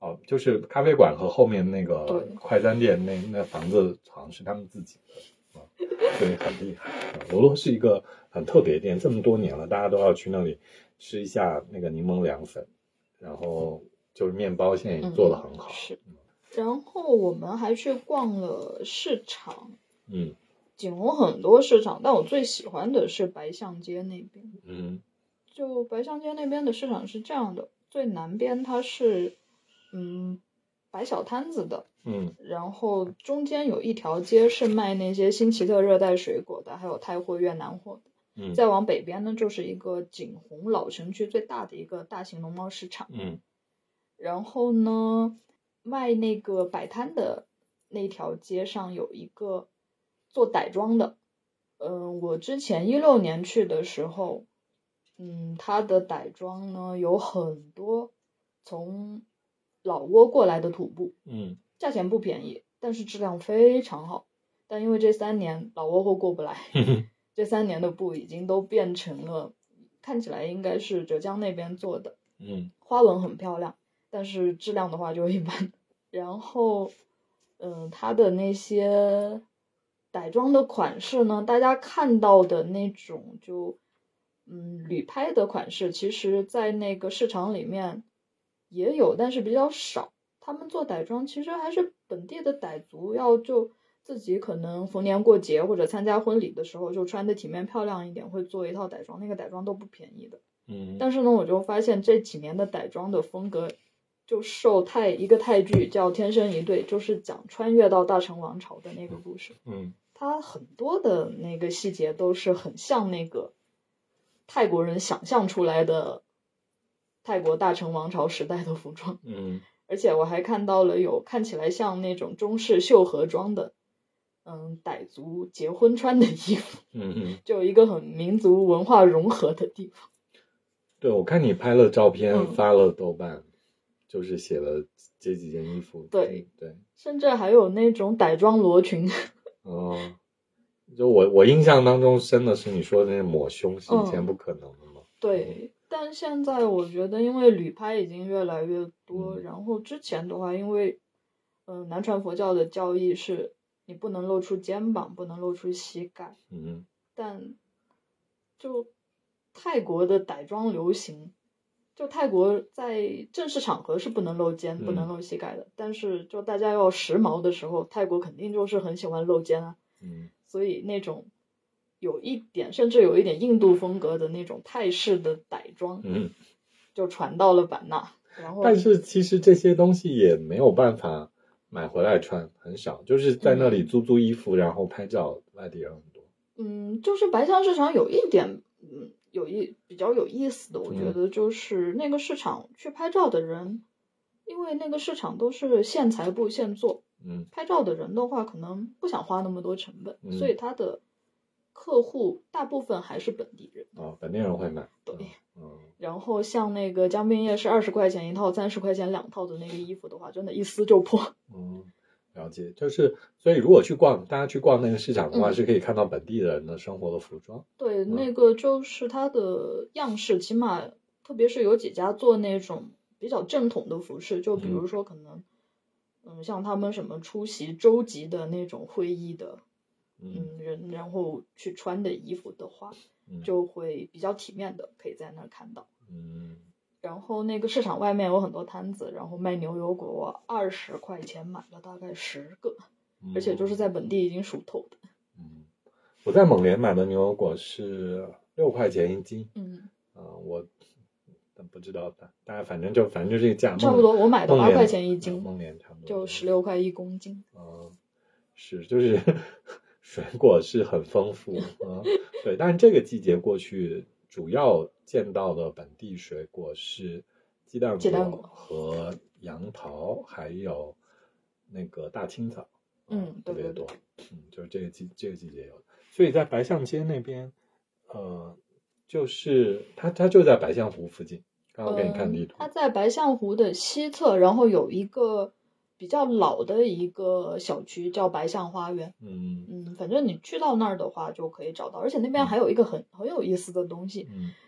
哦，就是咖啡馆和后面那个快餐店那那房子好像是他们自己的，啊，所以很厉害。罗罗是一个很特别的店，这么多年了，大家都要去那里吃一下那个柠檬凉粉，然后就是面包现在也做得很好。 嗯、是。然后我们还去逛了市场， 嗯， 景洪很多市场，但我最喜欢的是白象街那边。 嗯， 就白象街那边的市场是这样的，最南边它是嗯摆小摊子的， 嗯， 然后中间有一条街是卖那些新奇特热带水果的，还有泰货、越南货的。 嗯， 再往北边呢，就是一个景洪老城区最大的一个大型农贸市场。 嗯， 然后呢，卖那个摆摊的那条街上有一个做傣庄的，嗯，我之前一六年去的时候，嗯，它的傣庄呢有很多从老挝过来的土布， 嗯， 价钱不便宜，但是质量非常好。但因为这三年老挝货过不来，这三年的布已经都变成了，看起来应该是浙江那边做的， 嗯， 花纹很漂亮，但是质量的话就一般。然后，嗯，它的那些傣庄的款式呢，大家看到的那种就，嗯，旅拍的款式，其实在那个市场里面也有，但是比较少。他们做傣庄其实还是本地的傣族要就自己可能逢年过节或者参加婚礼的时候就穿的体面漂亮一点，会做一套傣庄，那个傣庄都不便宜的。 嗯， 但是呢，我就发现这几年的傣庄的风格就受泰一个泰剧叫《天生一对》，就是讲穿越到大成王朝的那个故事。 嗯， 它很多的那个细节都是很像那个泰国人想象出来的泰国大成王朝时代的服装。 嗯， 而且我还看到了有看起来像那种中式绣荷装的，嗯，傣族结婚穿的衣服。 嗯嗯， 就一个很民族文化融合的地方。 对，我看你拍了照片、 嗯、 发了豆瓣，就是写了这几件衣服。 对对， 甚至还有那种傣庄罗裙。 哦，就我我印象当中深的是你说的那抹胸是以前不可能的嘛。 嗯、对，但现在我觉得因为旅拍已经越来越多， 嗯、 然后之前的话因为嗯、呃，南传佛教的教义是你不能露出肩膀，不能露出膝盖。 嗯， 但就泰国的傣庄流行，就泰国在正式场合是不能露肩、 嗯、 不能露膝盖的，但是就大家要时髦的时候，泰国肯定就是很喜欢露肩啊。 嗯， 所以那种有一点甚至有一点印度风格的那种泰式的傣庄， 嗯， 就传到了版纳。然后但是其实这些东西也没有办法买回来穿，很少，就是在那里租租衣服、嗯、然后拍照，外地人很多。 嗯，就是白象市场有一点嗯有一比较有意思的，我觉得就是那个市场去拍照的人、嗯、因为那个市场都是现裁布现做， 嗯， 拍照的人的话可能不想花那么多成本、嗯、所以他的客户大部分还是本地人。 哦，本地人会买。 对， 嗯， 然后像那个江滨夜市二十块钱一套三十块钱两套的那个衣服的话，真的一撕就破。 嗯，了解。就是所以如果去逛大家去逛那个市场的话、嗯、是可以看到本地人的生活的服装。 对、 嗯、 那个就是它的样式起码特别是有几家做那种比较正统的服饰，就比如说可能 嗯, 嗯像他们什么出席州级的那种会议的嗯人，然后去穿的衣服的话、嗯、就会比较体面的可以在那儿看到。 嗯， 然后那个市场外面有很多摊子，然后卖牛油果，我二十块钱买了大概十个、嗯、而且就是在本地已经熟透的。 嗯，我在蒙联买的牛油果是六块钱一斤。 嗯， 呃、我不知道大概反正就反正就这个价， 差不多我买的八块钱一斤， 蒙联差不多就十六块一公斤。 嗯，是就是水果是很丰富嗯，对，但是这个季节过去主要见到的本地水果是鸡蛋果和杨桃，还有那个大青草。 嗯， 特别多。嗯，就是这个季这个季节有的。所以在白象街那边，呃，就是它它就在白象湖附近。刚刚给你看地图、 嗯。它在白象湖的西侧，然后有一个比较老的一个小区叫白象花园。 嗯嗯，反正你去到那儿的话就可以找到，而且那边还有一个很、嗯、很有意思的东西。 嗯。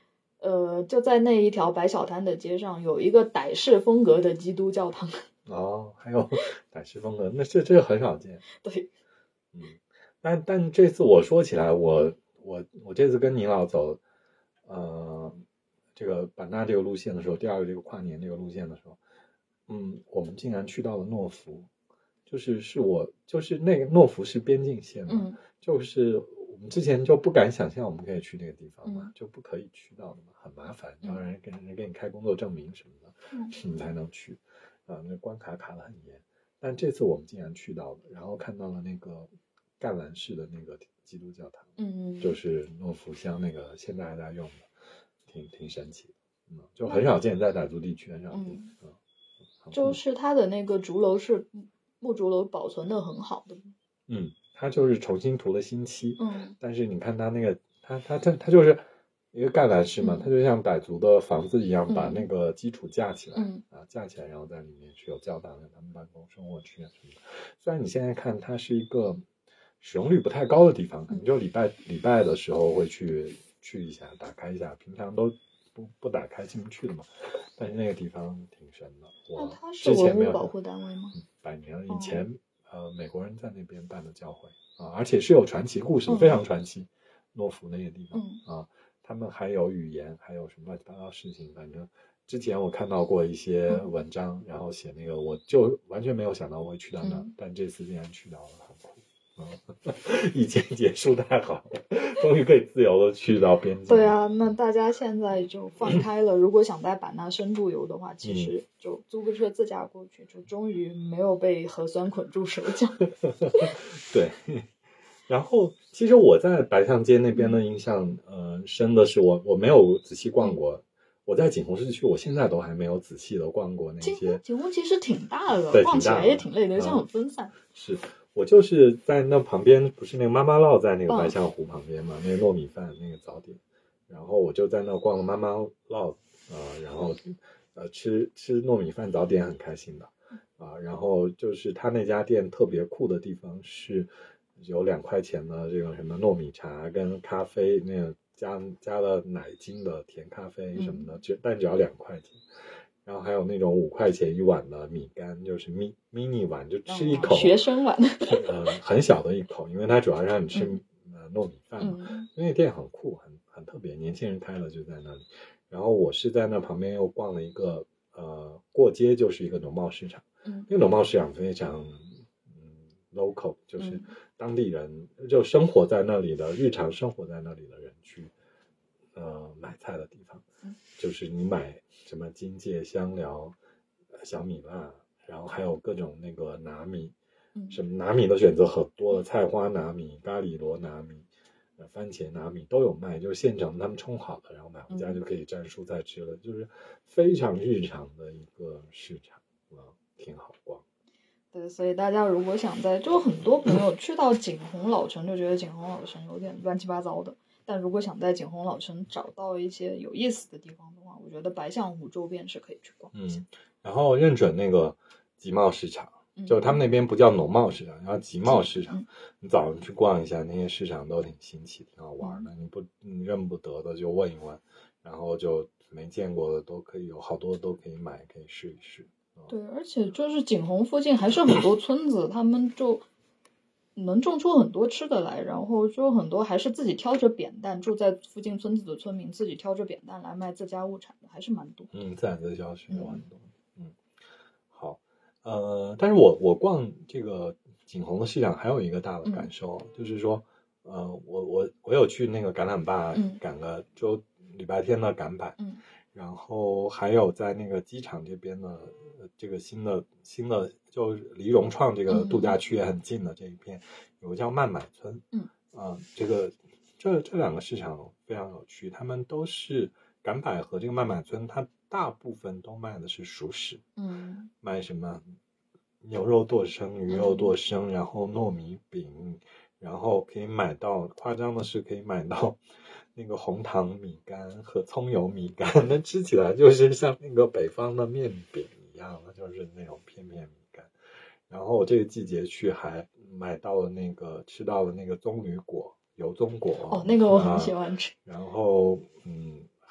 呃，就在那一条摆小摊的街上，有一个傣式风格的基督教堂。 哦，还有傣式风格，那这这很少见。 对， 嗯，但但这次我说起来，我我我这次跟您老走，呃，这个版纳这个路线的时候，第二个这个跨年这个路线的时候，嗯，我们竟然去到了诺福，就是是我就是那个诺福是边境线嘛， 嗯， 就是我们之前就不敢想象我们可以去那个地方嘛， 嗯、 就不可以去到的嘛，很麻烦，要让人给人给你开工作证明什么的， 嗯， 你才能去，啊，那关卡卡得很严。但这次我们竟然去到了，然后看到了那个橄榄式的那个基督教堂， 嗯， 就是诺福乡那个现在还在用的，挺挺神奇的，嗯，就很少见，在傣族地区很少见，嗯， 嗯，就是它的那个竹楼是木竹楼保存的很好的， 嗯，它就是重新涂了新漆， 嗯， 但是你看它那个，它它它它就是一个橄榄式嘛， 嗯、 它就像傣族的房子一样， 嗯、 把那个基础架起来， 嗯、 啊，架起来，然后在里面是有教堂的，他们办公生活区啊什么的。虽然你现在看它是一个使用率不太高的地方，可能就礼拜礼拜的时候会去去一下，打开一下，平常都不不打开进不去的嘛。但是那个地方挺神的，我它是之前没有文物保护单位吗？ 嗯、百年了，以哦、 前呃美国人在那边办的教会啊，而且是有传奇故事的， 嗯、 非常传奇。诺福那个地方、 嗯、 啊，他们还有语言，还有什么乱七八糟事情，反正之前我看到过一些文章，嗯、然后写那个，我就完全没有想到我会去到那，嗯、但这次竟然去到了，很酷。嗯、疫情结束太好了，终于可以自由的去到边境。 对啊，那大家现在就放开了，如果想在版纳深度游的话，其实就租个车自驾过去，就终于没有被核酸捆住手脚。 对。然后，其实我在白象街那边的印象，呃，深的是我我没有仔细逛过。嗯、我在景洪市区，我现在都还没有仔细的逛过那些。 景洪其实挺大的， 对， 逛起来也挺累的，像很分散。 是我就是在那旁边，不是那个妈妈烙在那个白象湖旁边嘛，嗯、那个糯米饭那个早点，然后我就在那逛了妈妈烙，呃，然后呃吃吃糯米饭早点很开心的，啊，然后就是他那家店特别酷的地方是。有两块钱的这个什么糯米茶跟咖啡，那个加加了奶精的甜咖啡什么的，就、嗯、但只要两块钱。然后还有那种五块钱一碗的米干，就是咪 mini 碗，就吃一口， 哦、学生碗， 呃，很小的一口，因为它主要让你吃、嗯、呃糯米饭嘛。 嗯、 那个店很酷，很很特别，年轻人开了就在那里。然后我是在那旁边又逛了一个，呃，过街就是一个农贸市场， 嗯， 那个农贸市场非常。local 就是当地人、嗯、就生活在那里的日常生活在那里的人去呃买菜的地方、嗯、就是你买什么荆芥香料小米辣，然后还有各种那个拿米、嗯、什么拿米的选择很多的，菜花拿米、咖喱螺拿米、番茄拿米都有卖，就是现成他们冲好的，然后买回家就可以蘸蔬菜吃了、嗯、就是非常日常的一个市场啊，挺好逛。 对，所以大家如果想在，就很多朋友去到景洪老城就觉得景洪老城有点乱七八糟的，但如果想在景洪老城找到一些有意思的地方的话，我觉得白象湖周边是可以去逛一下。 嗯，然后认准那个集贸市场，嗯、就他们那边不叫农贸市场，叫集贸市场。嗯、你早上去逛一下，那些市场都挺新奇，挺好玩的。嗯、你不你认不得的就问一问，然后就没见过的都可以有好多都可以买，可以试一试。 对，而且就是景洪附近还是很多村子，他们就能种出很多吃的来，然后就很多还是自己挑着扁担，住在附近村子的村民自己挑着扁担来卖自家物产的，还是蛮多。 嗯，自然的消息有很多。嗯，好，呃，但是我我逛这个景洪的市场还有一个大的感受，嗯、就是说，呃，我我我有去那个橄榄坝赶个周、嗯、礼拜天的赶摆。嗯。然后还有在那个机场这边的这个新的新的就离融创这个度假区也很近的这一片，有个叫曼买村，嗯啊、呃，这个这这两个市场非常有趣，他们都是赶摆和这个曼买村，它大部分都卖的是熟食，嗯，卖什么牛肉剁生、鱼肉剁生，然后糯米饼，然后可以买到夸张的是可以买到。那个红糖米干和葱油米干，那吃起来就是像那个北方的面饼一样的，就是那种片片米干。然后我这个季节去还买到了那个吃到了那个棕榈果、油棕果。 哦，那个我很喜欢吃。 啊、然后嗯，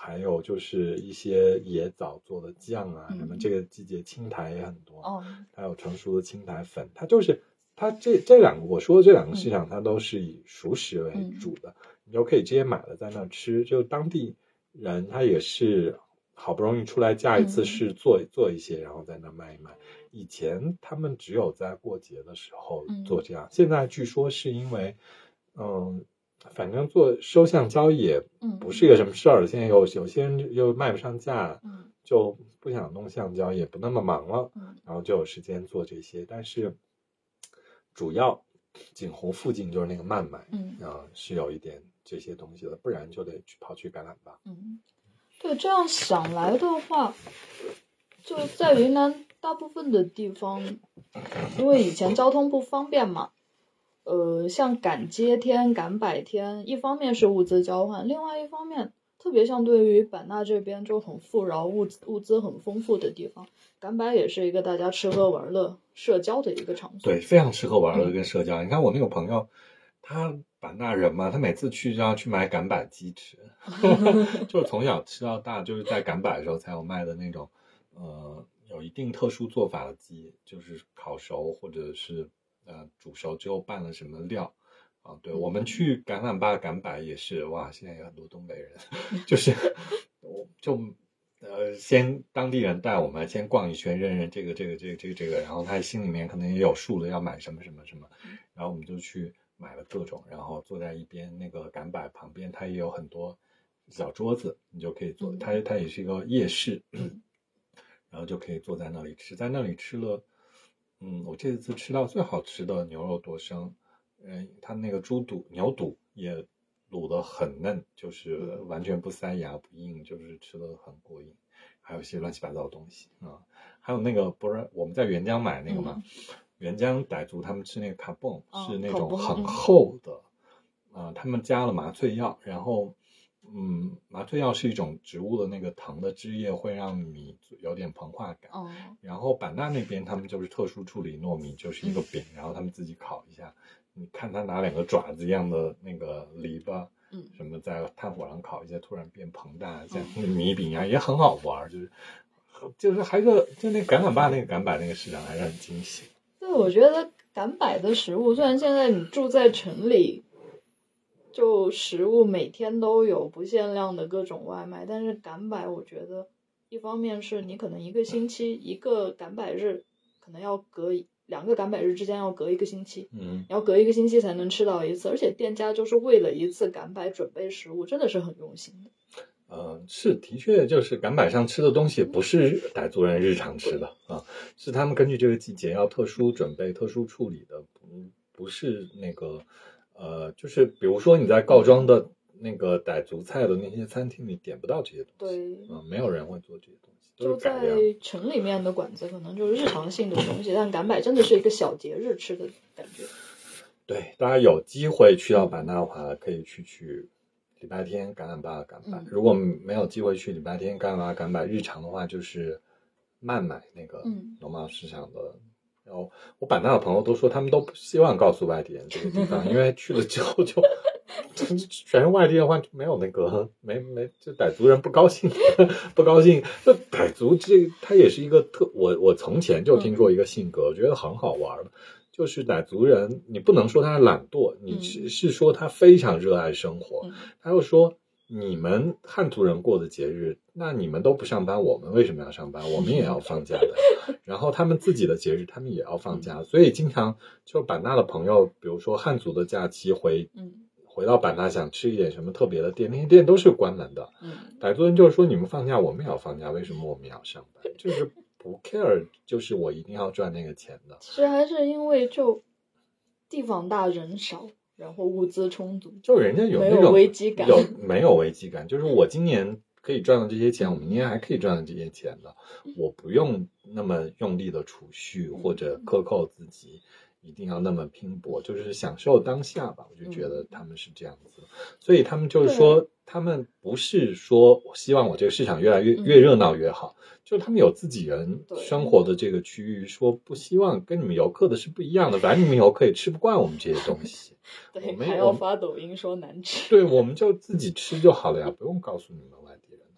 还有就是一些野枣做的酱啊， 嗯什么这个季节青苔也很多， 哦， 还有成熟的青苔粉，它就是它这这两个我说的这两个市场，它都是以熟食为主的，嗯、你就可以直接买了在那吃，就当地人他也是好不容易出来架一次市做、嗯、做一些，然后在那卖一卖。以前他们只有在过节的时候做这样，嗯、现在据说是因为嗯。反正做收橡胶也不是个什么事儿，嗯、现在有有些人又卖不上价，嗯、就不想弄橡胶，也不那么忙了，嗯、然后就有时间做这些。但是主要景洪附近就是那个漫买，嗯、啊，是有一点这些东西的，不然就得去跑去橄榄坝。 嗯，对，这样想来的话，就在云南大部分的地方，因为以前交通不方便嘛。呃，像赶街天、赶百天，一方面是物资交换，另外一方面，特别像对于版纳这边就很富饶、物物资很丰富的地方，赶百也是一个大家吃喝玩乐、社交的一个场所。 对，非常吃喝玩乐跟社交。嗯、你看我那个朋友，他版纳人嘛，他每次去就要去买赶百鸡吃，就是从小吃到大，就是在赶百的时候才有卖的那种，呃，有一定特殊做法的鸡，就是烤熟或者是。呃，煮熟之后拌了什么料啊？对，我们去橄榄坝赶百也是，哇，现在有很多东北人，就是就呃，先当地人带我们先逛一圈，认认这个这个这个这个这个，然后他心里面可能也有数了，要买什么什么什么，然后我们就去买了各种，然后坐在一边那个赶百旁边，它也有很多小桌子，你就可以坐，它它也是一个夜市，然后就可以坐在那里吃，在那里吃了。嗯，我这次吃到最好吃的牛肉剁生，嗯，它那个猪肚、牛肚也卤得很嫩，就是完全不塞牙不硬，就是吃得很过瘾。还有一些乱七八糟的东西啊、嗯，还有那个不是我们在沅江买那个嘛，沅江傣族他们吃那个卡蹦、哦、是那种很厚的，啊、嗯呃，他们加了麻醉药，然后。嗯，麻醉药是一种植物的那个藤的枝叶，会让米有点膨化感。哦。然后版纳那边他们就是特殊处理糯米，就是一个饼，嗯、然后他们自己烤一下。你看他拿两个爪子一样的那个篱笆，嗯，什么在炭火上烤一下，突然变膨大，像那个米饼一样，也很好玩。就是就是还个就那橄榄坝那个赶百那个市场还是很惊喜。 对，我觉得赶百的食物，虽然现在你住在城里。就食物每天都有不限量的各种外卖，但是赶百我觉得一方面是你可能一个星期一个赶百日可能要隔两个赶百日之间要隔一个星期，嗯，要隔一个星期才能吃到一次，而且店家就是为了一次赶百准备食物，真的是很用心的。 呃，是的确就是赶百上吃的东西不是傣族人日常吃的啊，是他们根据这个季节要特殊准备、特殊处理的，不不是那个。呃，就是比如说你在告庄的那个傣族菜的那些餐厅里点不到这些东西，对，嗯，没有人会做这些东西， 就在城里面的馆子可能就是日常性的东西，但赶百真的是一个小节日吃的感觉。 对，大家有机会去到版纳的话，可以去去礼拜天橄榄坝赶百、嗯。如果没有机会去礼拜天橄榄坝赶百，日常的话就是慢买那个农贸市场的。嗯然后我版纳的朋友都说，他们都不希望告诉外地人这个地方，因为去了之后就全是外地的话，就没有那个没没就傣族人不高兴，不高兴。那傣族这他也是一个特，我我从前就听说一个性格，我、嗯、觉得很好玩的，就是傣族人，你不能说他懒惰，你是、嗯、是说他非常热爱生活。嗯、他又说，你们汉族人过的节日，那你们都不上班，我们为什么要上班？我们也要放假的。然后他们自己的节日，他们也要放假，所以经常就版纳的朋友，比如说汉族的假期回，嗯，回到版纳想吃一点什么特别的店，那些店都是关门的。嗯，傣族人就是说，你们放假，我们也要放假，为什么我们要上班？就是不 care， 就是我一定要赚那个钱的。 其实还是因为就地方大人少。然后物资充足， 就人家有那种没有危机感， 有没有危机感？就是我今年可以赚到这些钱，我明年还可以赚到这些钱的，我不用那么用力的储蓄或者克扣自己，一定要那么拼搏，就是享受当下吧。我就觉得他们是这样子，所以他们就是说，他们不是说希望我这个市场越来越越热闹越好。就他们有自己人生活的这个区域，说不希望跟你们游客的是不一样的，反正你们游客也吃不惯我们这些东西。 对，还要发抖音说难吃。 对，我们就自己吃就好了呀，不用告诉你们外地人了。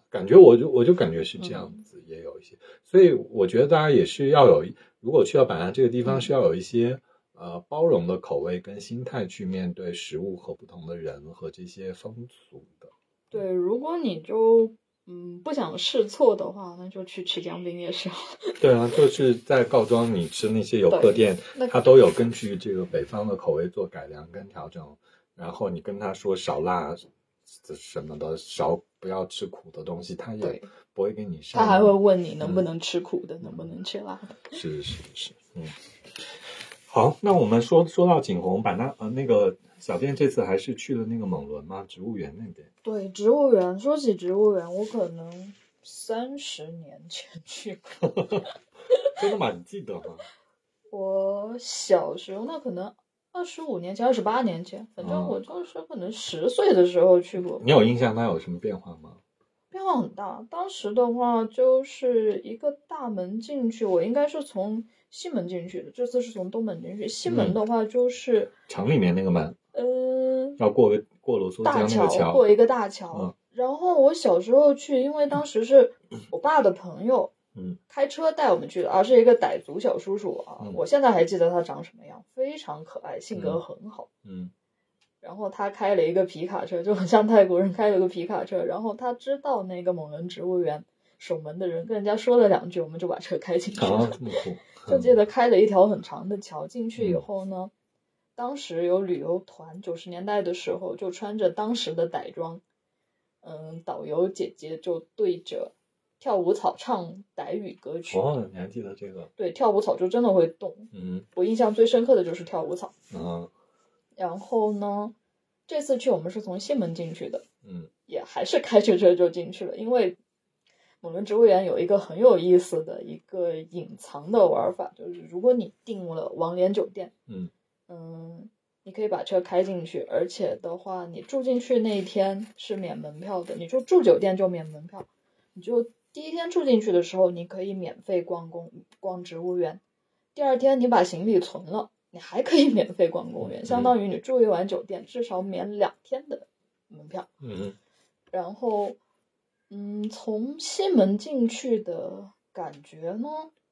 感觉我就我就感觉是这样子，嗯、也有一些，所以我觉得大家也是要有，如果去到板南这个地方，是要有一些、嗯、呃包容的口味跟心态去面对食物和不同的人和这些风俗的。 对，如果你就嗯不想试错的话，那就去吃江滨夜市。 对啊，就是在告庄你吃那些游客店，它都有根据这个北方的口味做改良跟调整，然后你跟他说少辣什么的，少不要吃苦的东西，他也不会给你上。 他还会问你能不能吃苦的，嗯、能不能吃辣的。 是是是，嗯。好，那我们说说到景洪板那呃那个小店这次还是去了那个蒙仑吗？植物园那边。 对，植物园。说起植物园，我可能三十年前去过。 真的吗？你记得吗？ 我小时候，那可能二十五年前、二十八年前，反正我就是可能十岁的时候去过。 你有印象它有什么变化吗？ 变化很大。当时的话，就是一个大门进去，我应该是从西门进去的，这次是从东门进去。西门的话就是、嗯、 城里面那个门， 嗯、呃， 要过个过罗梭江那个桥， 过一个大桥、 嗯。 然后我小时候去，因为当时是我爸的朋友。 嗯， 开车带我们去的，而、啊、是一个傣族小叔叔啊、 嗯， 我现在还记得他长什么样，非常可爱，性格很好。 嗯， 然后他开了一个皮卡车，就很像泰国人开了个皮卡车，然后他知道那个蒙仑植物园守门的人跟人家说了两句，我们就把车开进去了。 啊，这么酷！ 就记得开了一条很长的桥，进去以后呢、嗯、当时有旅游团，九十年代的时候就穿着当时的傣装，嗯，导游姐姐就对着跳舞草唱傣语歌曲。 哦，你还记得这个？ 对，跳舞草就真的会动。 嗯， 我印象最深刻的就是跳舞草。 嗯， 然后呢，这次去我们是从西门进去的。 嗯， 也还是开着车就进去了，因为蒙仑植物园有一个很有意思的一个隐藏的玩法，就是如果你订了王莲酒店， 嗯嗯，你可以把车开进去，而且的话，你住进去那一天是免门票的，你就住酒店就免门票，你就第一天住进去的时候，你可以免费逛公逛植物园，第二天你把行李存了，你还可以免费逛公园，相当于你住一晚酒店至少免两天的门票。 嗯， 然后嗯，从西门进去的感觉呢，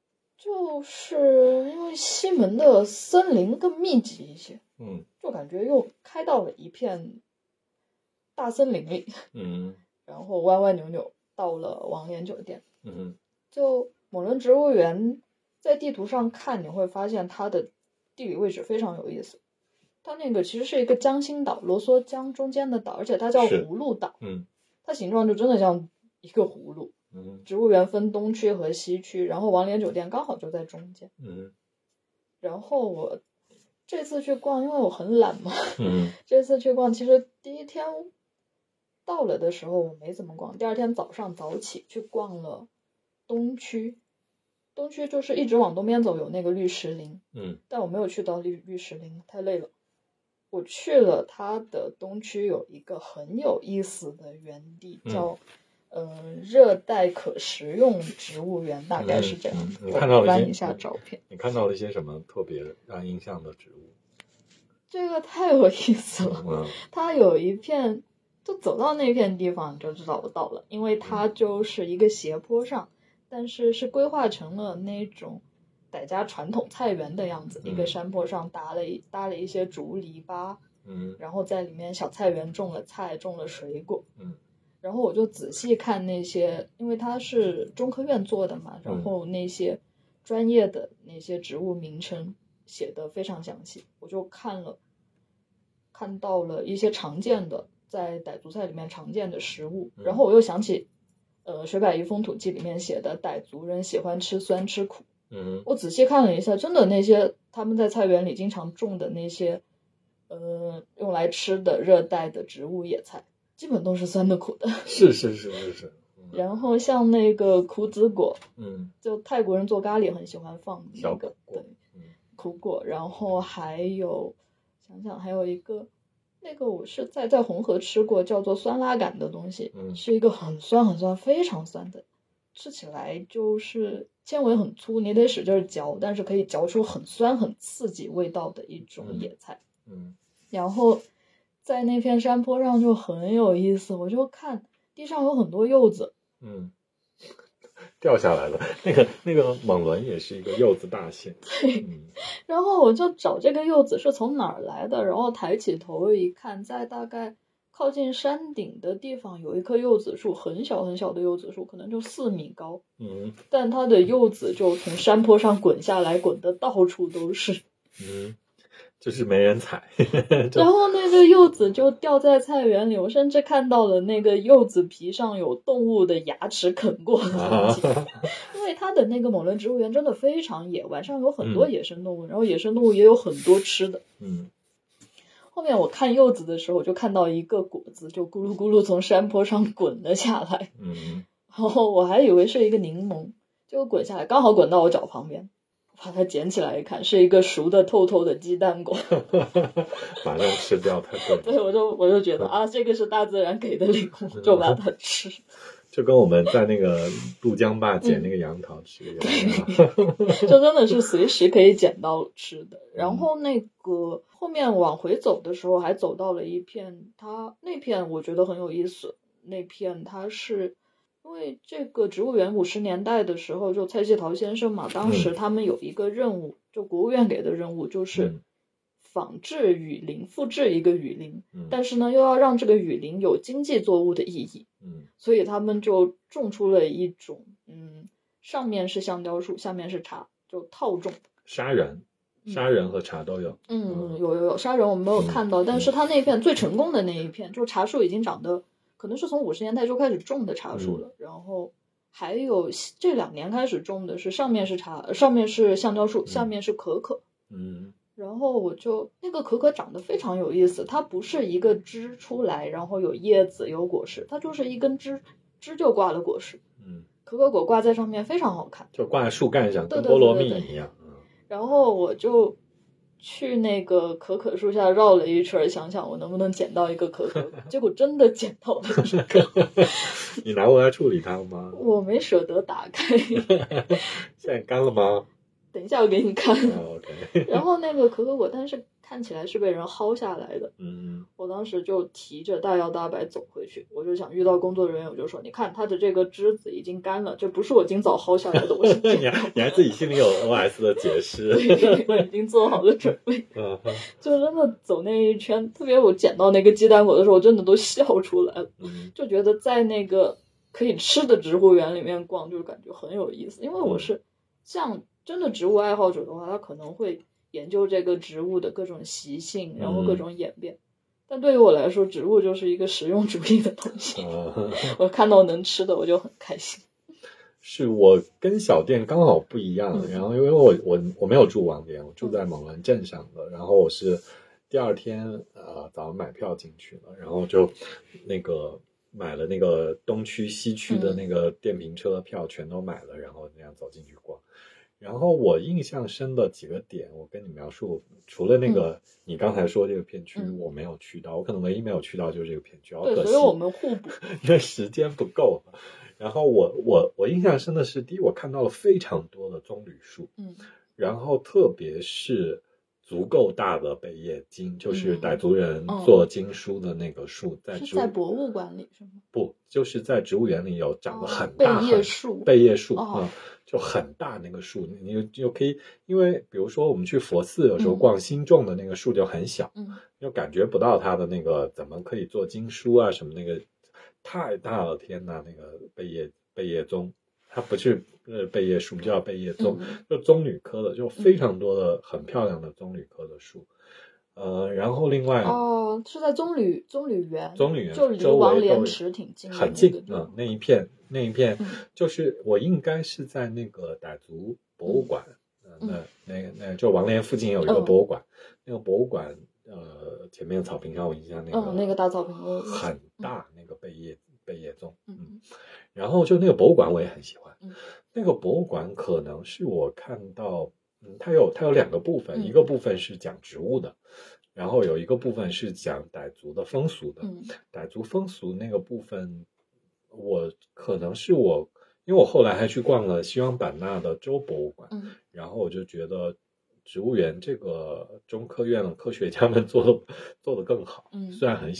就是因为西门的森林更密集一些， 嗯， 就感觉又开到了一片大森林里， 嗯， 然后歪歪扭扭到了王莲酒店。 嗯， 就蒙仑植物园在地图上看，你会发现它的地理位置非常有意思。它那个其实是一个江心岛，罗梭江中间的岛，而且它叫葫芦岛。 嗯， 它形状就真的像一个葫芦。 嗯， 植物园分东区和西区，然后王莲酒店刚好就在中间。 嗯， 然后我这次去逛，因为我很懒嘛， 嗯， 这次去逛，其实第一天到了的时候我没怎么逛，第二天早上早起去逛了东区。东区就是一直往东边走有那个绿石林， 嗯， 但我没有去到绿绿石林，太累了。我去了它的东区有一个很有意思的园地，叫嗯、呃、热带可食用植物园，大概是这样。 嗯嗯、你看到了一些一下照片， 你看到了一些什么特别让印象的植物？ 这个太有意思了。 嗯， 它有一片，就走到那片地方你就知道我到了，因为它就是一个斜坡上，但是是规划成了那种傣家传统菜园的样子， 嗯、 一个山坡上搭了一搭了一些竹篱笆， 嗯， 然后在里面小菜园种了菜，种了水果， 嗯， 然后我就仔细看那些，因为它是中科院做的嘛，然后那些专业的那些植物名称写的非常详细，我就看了，看到了一些常见的在傣族菜里面常见的食物， 嗯、 然后我又想起，呃，《水百宜风土记》里面写的傣族人喜欢吃酸吃苦。 嗯， 我仔细看了一下，真的那些他们在菜园里经常种的那些，呃，用来吃的热带的植物野菜，基本都是酸的苦的。 是是是是是。 嗯、然后像那个苦子果， 嗯， 就泰国人做咖喱很喜欢放那个对， 嗯，苦果。然后还有想想还有一个，那个我是在在红河吃过，叫做酸辣杆的东西， 嗯， 是一个很酸很酸非常酸的，吃起来就是纤维很粗，你得使劲嚼，但是可以嚼出很酸很刺激味道的一种野菜。 嗯，嗯， 然后在那片山坡上就很有意思，我就看地上有很多柚子， 嗯，掉下来了。那个那个猛轮也是一个柚子大县。 对、 嗯， 然后我就找这个柚子是从哪儿来的，然后抬起头一看，在大概靠近山顶的地方有一棵柚子树，很小很小的柚子树，可能就四米高。 嗯， 但它的柚子就从山坡上滚下来，滚得到处都是。 嗯，就是没人采。 然后那个柚子就掉在菜园里，我甚至看到了那个柚子皮上有动物的牙齿啃过的痕迹。啊、因为它的那个猛轮植物园真的非常野，晚上有很多野生动物、嗯、然后野生动物也有很多吃的。 嗯， 后面我看柚子的时候，就看到一个果子就咕噜咕噜从山坡上滚了下来。 嗯， 然后我还以为是一个柠檬，结果滚下来刚好滚到我脚旁边，把它捡起来一看，是一个熟的透透的鸡蛋果。 马上吃掉它。 对，我就我就觉得啊，这个是大自然给的礼物，就把它吃。 就跟我们在那个渡江坝捡那个杨桃吃一样、 嗯、就真的是随时可以捡到吃的。然后那个后面往回走的时候还走到了一片，它那片我觉得很有意思，那片它是因为这个植物园五十年代的时候，就蔡继陶先生嘛，当时他们有一个任务、嗯、就国务院给的任务，就是仿制雨林，复制一个雨林、嗯、但是呢又要让这个雨林有经济作物的意义， 嗯， 所以他们就种出了一种嗯，上面是橡胶树，下面是茶，就套种。 砂仁砂仁和茶都有。 嗯，有有有砂仁我没有看到、嗯、但是他那片最成功的那一片，就茶树已经长得可能是从五十年代就开始种的茶树了、嗯、然后还有这两年开始种的是上面是茶，上面是橡胶树、嗯、下面是可可。 嗯， 然后我就那个可可长得非常有意思，它不是一个枝出来然后有叶子有果实，它就是一根枝枝就挂了果实。 嗯， 可可果挂在上面非常好看， 就挂在树干上，跟菠萝蜜一样。 然后我就去那个可可树下绕了一圈，想想我能不能捡到一个可可，结果真的捡到了一个。 你拿过来处理它吗？ 我没舍得打开。 现在干了吗？ 等一下我给你看。 oh, okay. 然后那个可可果但是看起来是被人薅下来的。 嗯， 我当时就提着大摇大摆走回去，我就想遇到工作人员我就说，你看它的这个枝子已经干了，这不是我今早薅下来的。我是你还你还自己心里有 O S 的解释。 对，我已经做好了准备。就真的走那一圈，特别我捡到那个鸡蛋果的时候我真的都笑出来了、 嗯、 就觉得在那个可以吃的植物园里面逛就感觉很有意思，因为我是像真的植物爱好者的话，他可能会研究这个植物的各种习性，然后各种演变、嗯、但对于我来说植物就是一个实用主义的东西、嗯、我看到能吃的我就很开心。 是我跟小店刚好不一样、嗯、然后因为我我我没有住王店，我住在猛轮镇上的、嗯、然后我是第二天呃早上买票进去了，然后就那个买了那个东区西区的那个电瓶车票全都买了、嗯、然后那样走进去逛。然后我印象深的几个点我跟你描述，除了那个、嗯、你刚才说这个片区我没有去到、嗯、我可能唯一没有去到就是这个片区，好可惜， 对，所以我们互补， 因为时间不够。然后我我我印象深的是，第一我看到了非常多的棕榈树， 嗯， 然后特别是足够大的贝叶金，就是傣族人做经书的那个树、嗯、在是在博物馆里是吗？ 不，就是在植物园里有长得很大、 哦、贝叶树， 贝叶树、 哦嗯，就很大那个树，你就就可以，因为比如说我们去佛寺有时候逛新种的那个树就很小， 嗯， 就感觉不到它的那个怎么可以做经书啊什么，那个太大了，天哪，那个贝叶贝叶棕，它不是呃贝叶树，叫贝叶棕、嗯，就棕榈科的，就非常多的很漂亮的棕榈科的树。呃，然后另外哦，是在棕榈棕榈园， 棕榈园就离王莲池挺近的、那个， 很近嗯，那一片那一片、嗯、就是我应该是在那个傣族博物馆，嗯，呃、那那那就王莲附近有一个博物馆，嗯、那个博物馆呃前面草坪上我印象那个嗯那个大草坪很大、嗯、那个贝叶贝叶棕， 嗯， 嗯然后就那个博物馆我也很喜欢， 嗯， 那个博物馆可能是我看到。嗯，它有它有两个部分、嗯，一个部分是讲植物的，然后有一个部分是讲傣族的风俗的。 嗯， 傣族风俗那个部分，我可能是我，因为我后来还去逛了西双版纳的州博物馆， 嗯， 然后我就觉得植物园这个中科院的科学家们做的做的更好， 嗯， 虽然很小，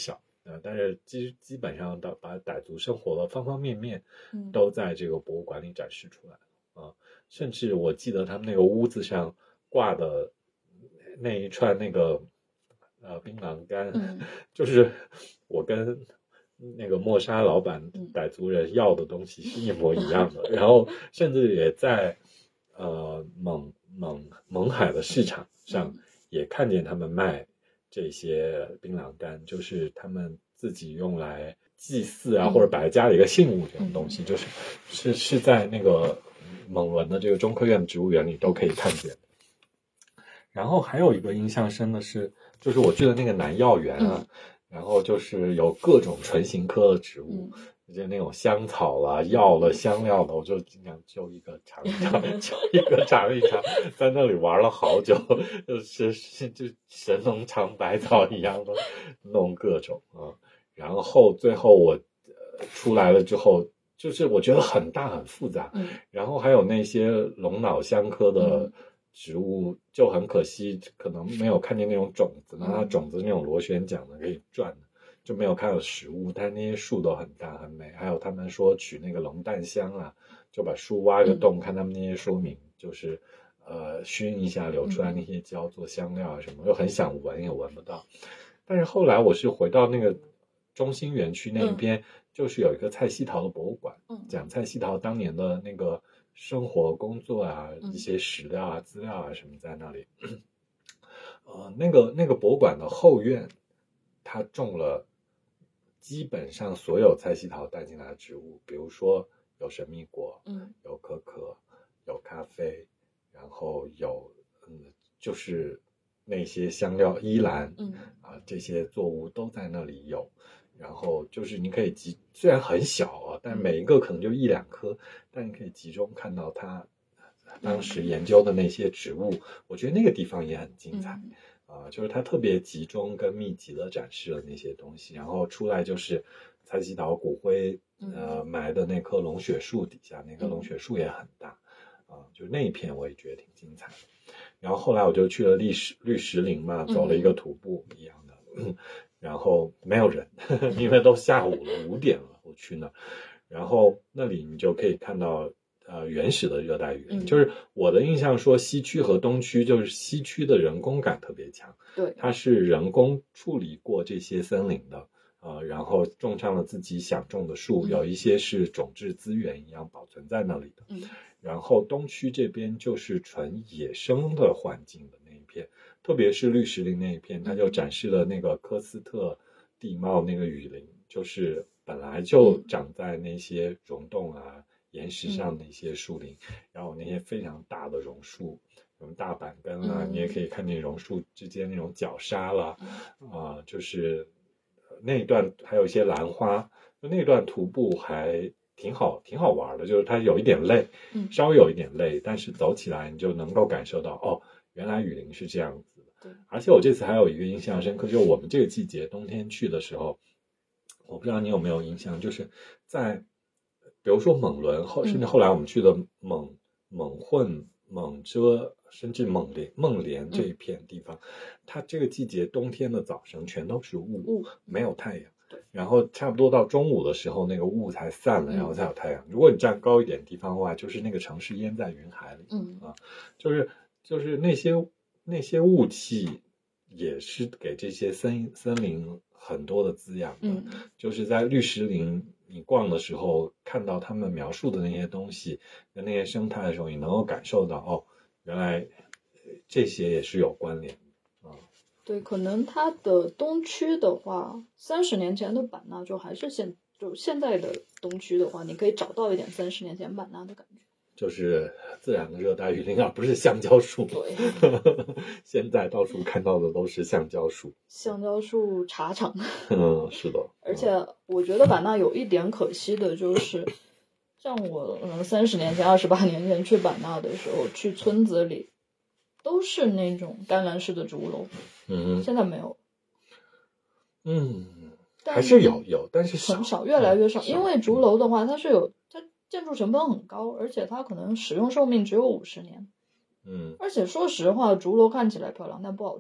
呃，但是基基本上的把傣族生活的方方面面嗯都在这个博物馆里展示出来啊、呃，甚至我记得他们那个屋子上挂的那一串那个呃槟榔干， 嗯就是我跟那个磨砂老板嗯傣族人要的东西是一模一样的，然后甚至也在呃勐勐勐海的市场上也看见他们卖这些槟榔干，就是他们自己用来祭祀啊、 嗯或者摆在家里一个信物这种东西，就是是是在那个蒙文的这个中科院植物园里都可以看见。然后还有一个印象深的是，就是我去的那个南药园啊， 嗯然后就是有各种唇形科的植物， 嗯就那种香草啦、药的、香料的，我就尽量就一个尝一尝，就一个尝一尝，在那里玩了好久，就是是就神农尝百草一样的弄各种啊。然后最后我、呃、出来了之后，就是我觉得很大很复杂， 嗯然后还有那些龙脑香科的植物，就很可惜，可能没有看见那种种子，那它种子那种螺旋桨的可以转的，就没有看到实物，但那些树都很大很美。还有他们说取那个龙蛋香啊，就把树挖个洞，看他们那些说明，就是呃熏一下流出来那些胶做香料啊什么，又很想闻也闻不到。但是后来我是回到那个中心园区那一边，就是有一个蔡希陶的博物馆，讲蔡希陶当年的那个生活工作啊，一些史料啊、资料啊什么在那里。呃，那个那个博物馆的后院，它种了基本上所有蔡希陶带进来的植物，比如说有神秘果， 嗯， 有可可，有咖啡，然后有嗯，就是那些香料依兰， 嗯啊，这些作物都在那里有。然后就是你可以集，虽然很小啊，但每一个可能就一两颗，但你可以集中看到它当时研究的那些植物，我觉得那个地方也很精彩。啊、呃，就是它特别集中跟密集的展示了那些东西，然后出来就是蔡希陶骨灰呃埋的那棵龙血树底下，那棵龙血树也很大啊、呃，就是那一片我也觉得挺精彩的。然后后来我就去了绿石绿石林嘛，走了一个徒步一样的。嗯然后没有人，呵呵因为都下午了，五点了，我去那，然后那里你就可以看到呃原始的热带雨林、嗯，就是我的印象说西区和东区，就是西区的人工感特别强， 对， 它是人工处理过这些森林的，呃，然后种上了自己想种的树、嗯，有一些是种质资源一样保存在那里的， 嗯， 然后东区这边就是纯野生的环境的那一片。特别是绿石林那一片，它就展示了那个科斯特地貌那个雨林，就是本来就长在那些溶洞啊、岩石上的一些树林，然后那些非常大的榕树，什么大板根啊，你也可以看见榕树之间那种绞杀了，啊、呃，就是那一段还有一些兰花，那段徒步还挺好，挺好玩的，就是它有一点累，稍微有一点累，但是走起来你就能够感受到，哦，原来雨林是这样子。而且我这次还有一个印象深刻，就是我们这个季节冬天去的时候，我不知道你有没有印象，就是在比如说蒙伦后，甚至后来我们去的蒙蒙混、蒙遮，甚至蒙连、孟连这一片地方，它这个季节冬天的早上全都是雾，雾没有太阳。然后差不多到中午的时候，那个雾才散了，然后才有太阳。如果你站高一点地方的话，就是那个城市淹在云海里，嗯啊，就是就是那些。那些雾气也是给这些森森林很多的滋养的、嗯、就是在绿石林你逛的时候看到他们描述的那些东西跟那些生态的时候，你能够感受到哦，原来这些也是有关联的、嗯、 对，可能它的东区的话，三十年前的版纳就还是现就现在的东区的话，你可以找到一点三十年前版纳的感觉， 就是自然的热带雨林，而不是橡胶树。 对， 现在到处看到的都是橡胶树， 橡胶树茶厂。 嗯，是的。 而且我觉得版纳有一点可惜的就是，像我可能三十年前、二十八年前去版纳的时候，去村子里都是那种甘蓝式的竹楼， 嗯， 现在没有。 嗯，还是有有，但是很少，越来越少。 嗯、 因为竹楼的话，它是有它。建筑成本很高，而且它可能使用寿命只有五十年。 嗯， 而且说实话，竹楼看起来漂亮，但不好住的。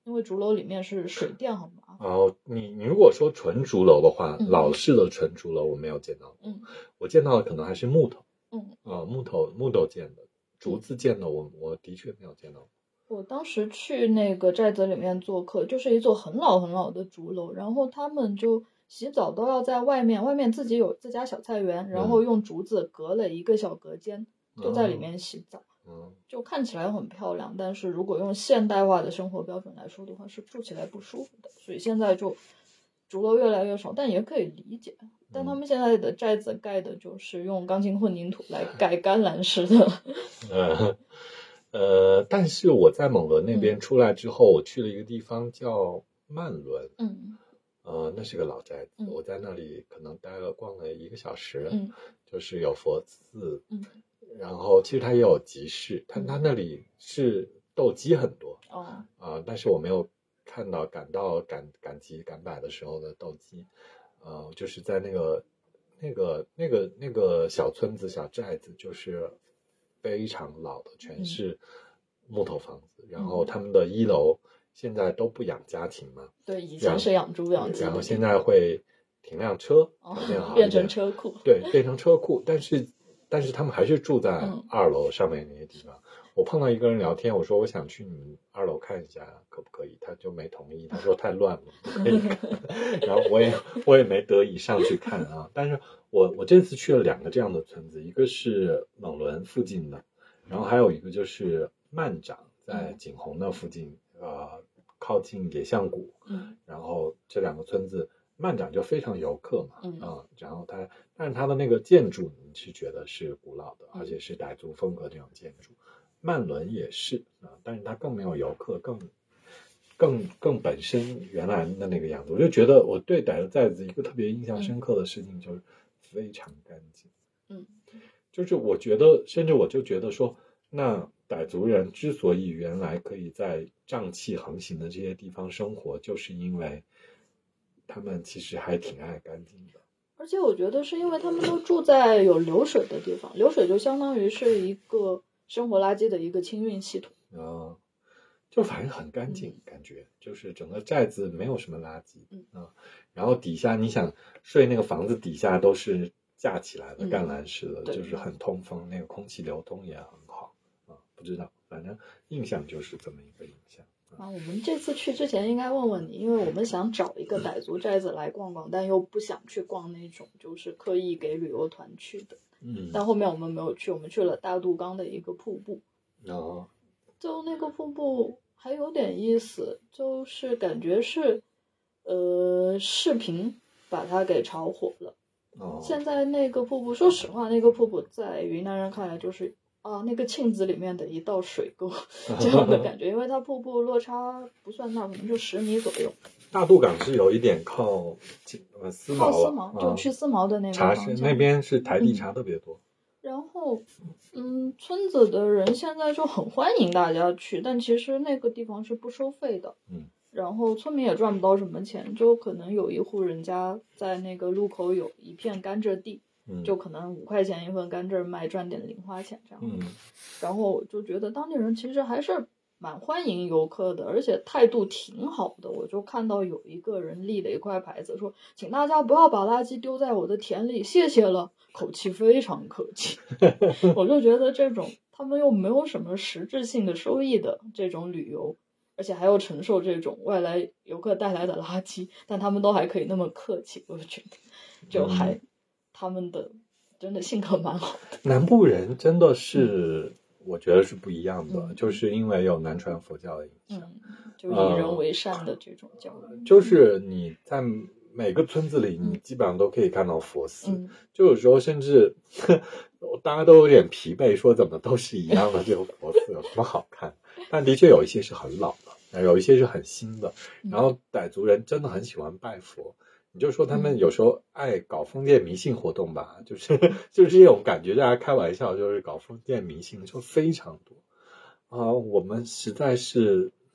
因为竹楼里面是水电很麻烦。 哦，你你如果说纯竹楼的话， 嗯、 老式的纯竹楼我没有见到过， 嗯， 我见到的可能还是木头， 嗯啊、呃，木头木头建的，竹子建的我我的确没有见到过。 我当时去那个寨子里面做客，就是一座很老很老的竹楼，然后他们就洗澡都要在外面，外面自己有自家小菜园，然后用竹子隔了一个小隔间，嗯、就在里面洗澡， 嗯， 就看起来很漂亮，但是如果用现代化的生活标准来说的话，是住起来不舒服的，所以现在就竹楼越来越少，但也可以理解。但他们现在的寨子盖的就是用钢筋混凝土来盖甘蓝式的。 呃呃，但是我在蒙伦那边出来之后，嗯、我去了一个地方叫曼伦， 嗯， 呃，那是个老寨子， 嗯、 我在那里可能待了逛了一个小时， 嗯， 就是有佛寺， 嗯， 然后其实它也有集市，它它那里是斗鸡很多， 哦， 啊、呃，但是我没有看到赶到赶赶集赶摆的时候的斗鸡，呃，就是在那个那个那个那个小村子小寨子，就是非常老的，全是木头房子，嗯、然后他们的一楼现在都不养家禽嘛， 对，以前是养猪养鸡， 然后现在会停辆车， 哦、 条件好变成车库， 对，变成车库，但是但是他们还是住在二楼上面那些地方。嗯、我碰到一个人聊天，我说我想去你们二楼看一下，可不可以？他就没同意，他说太乱了，不可以看。然后我也我也没得以上去看啊。但是我我这次去了两个这样的村子，一个是蒙伦附近的，然后还有一个就是曼掌，在景洪那附近，呃，靠近野象谷。 嗯， 然后这两个村子。曼掌就非常游客嘛， 嗯、 呃、然后它，但是它的那个建筑你是觉得是古老的，而且是傣族风格这种建筑。曼伦也是啊、呃，但是它更没有游客，更更更本身原来的那个样子。我就觉得我对傣族寨子一个特别印象深刻的事情就是非常干净， 嗯， 就是我觉得，甚至我就觉得说，那傣族人之所以原来可以在瘴气横行的这些地方生活，就是因为他们其实还挺爱干净的， 而且我觉得是因为他们都住在有流水的地方，流水就相当于是一个生活垃圾的一个清运系统啊、呃，就反正很干净，嗯、感觉就是整个寨子没有什么垃圾， 嗯啊、呃，然后底下你想睡那个房子底下都是架起来的干栏式的， 嗯、 就是很通风，那个空气流通也很好啊、呃，不知道，反正印象就是这么一个印象。 啊，我们这次去之前应该问问你，因为我们想找一个傣族寨子来逛逛，但又不想去逛那种就是刻意给旅游团去的。 嗯， 但后面我们没有去，我们去了大渡冈的一个瀑布。 哦， 就那个瀑布还有点意思，就是感觉是呃视频把它给炒火了。 哦， 现在那个瀑布，说实话，那个瀑布在云南人看来就是啊，那个庆子里面的一道水沟这样的感觉，因为它瀑布落差不算大，可能就十米左右。 大渡港是有一点靠呃思茅， 靠思茅，就去思茅的那个茶是那边是台地茶特别多。 嗯、然后，嗯，村子的人现在就很欢迎大家去，但其实那个地方是不收费的。 嗯。 然后村民也赚不到什么钱，就可能有一户人家在那个路口有一片甘蔗地。 嗯、 就可能五块钱一份甘蔗卖，赚点零花钱这样。 嗯， 然后我就觉得当地人其实还是蛮欢迎游客的，而且态度挺好的。我就看到有一个人立了一块牌子说，请大家不要把垃圾丢在我的田里，谢谢了，口气非常客气。我就觉得这种他们又没有什么实质性的收益的这种旅游，而且还要承受这种外来游客带来的垃圾，但他们都还可以那么客气，我就觉得就还、嗯他们的真的性格蛮好的。 南部人真的是、嗯、我觉得是不一样的、 嗯、 就是因为有南传佛教的影响、 嗯、就以人为善的这种教育、 呃、就是你在每个村子里你基本上都可以看到佛寺、嗯、就有时候甚至大家都有点疲惫，说怎么都是一样的这个佛寺有什么好看，但的确有一些是很老的，有一些是很新的，然后傣族人真的很喜欢拜佛，你就说他们有时候爱搞封建迷信活动吧，就是就是这种感觉，大家开玩笑就是搞封建迷信就非常多啊、呃。我们实在是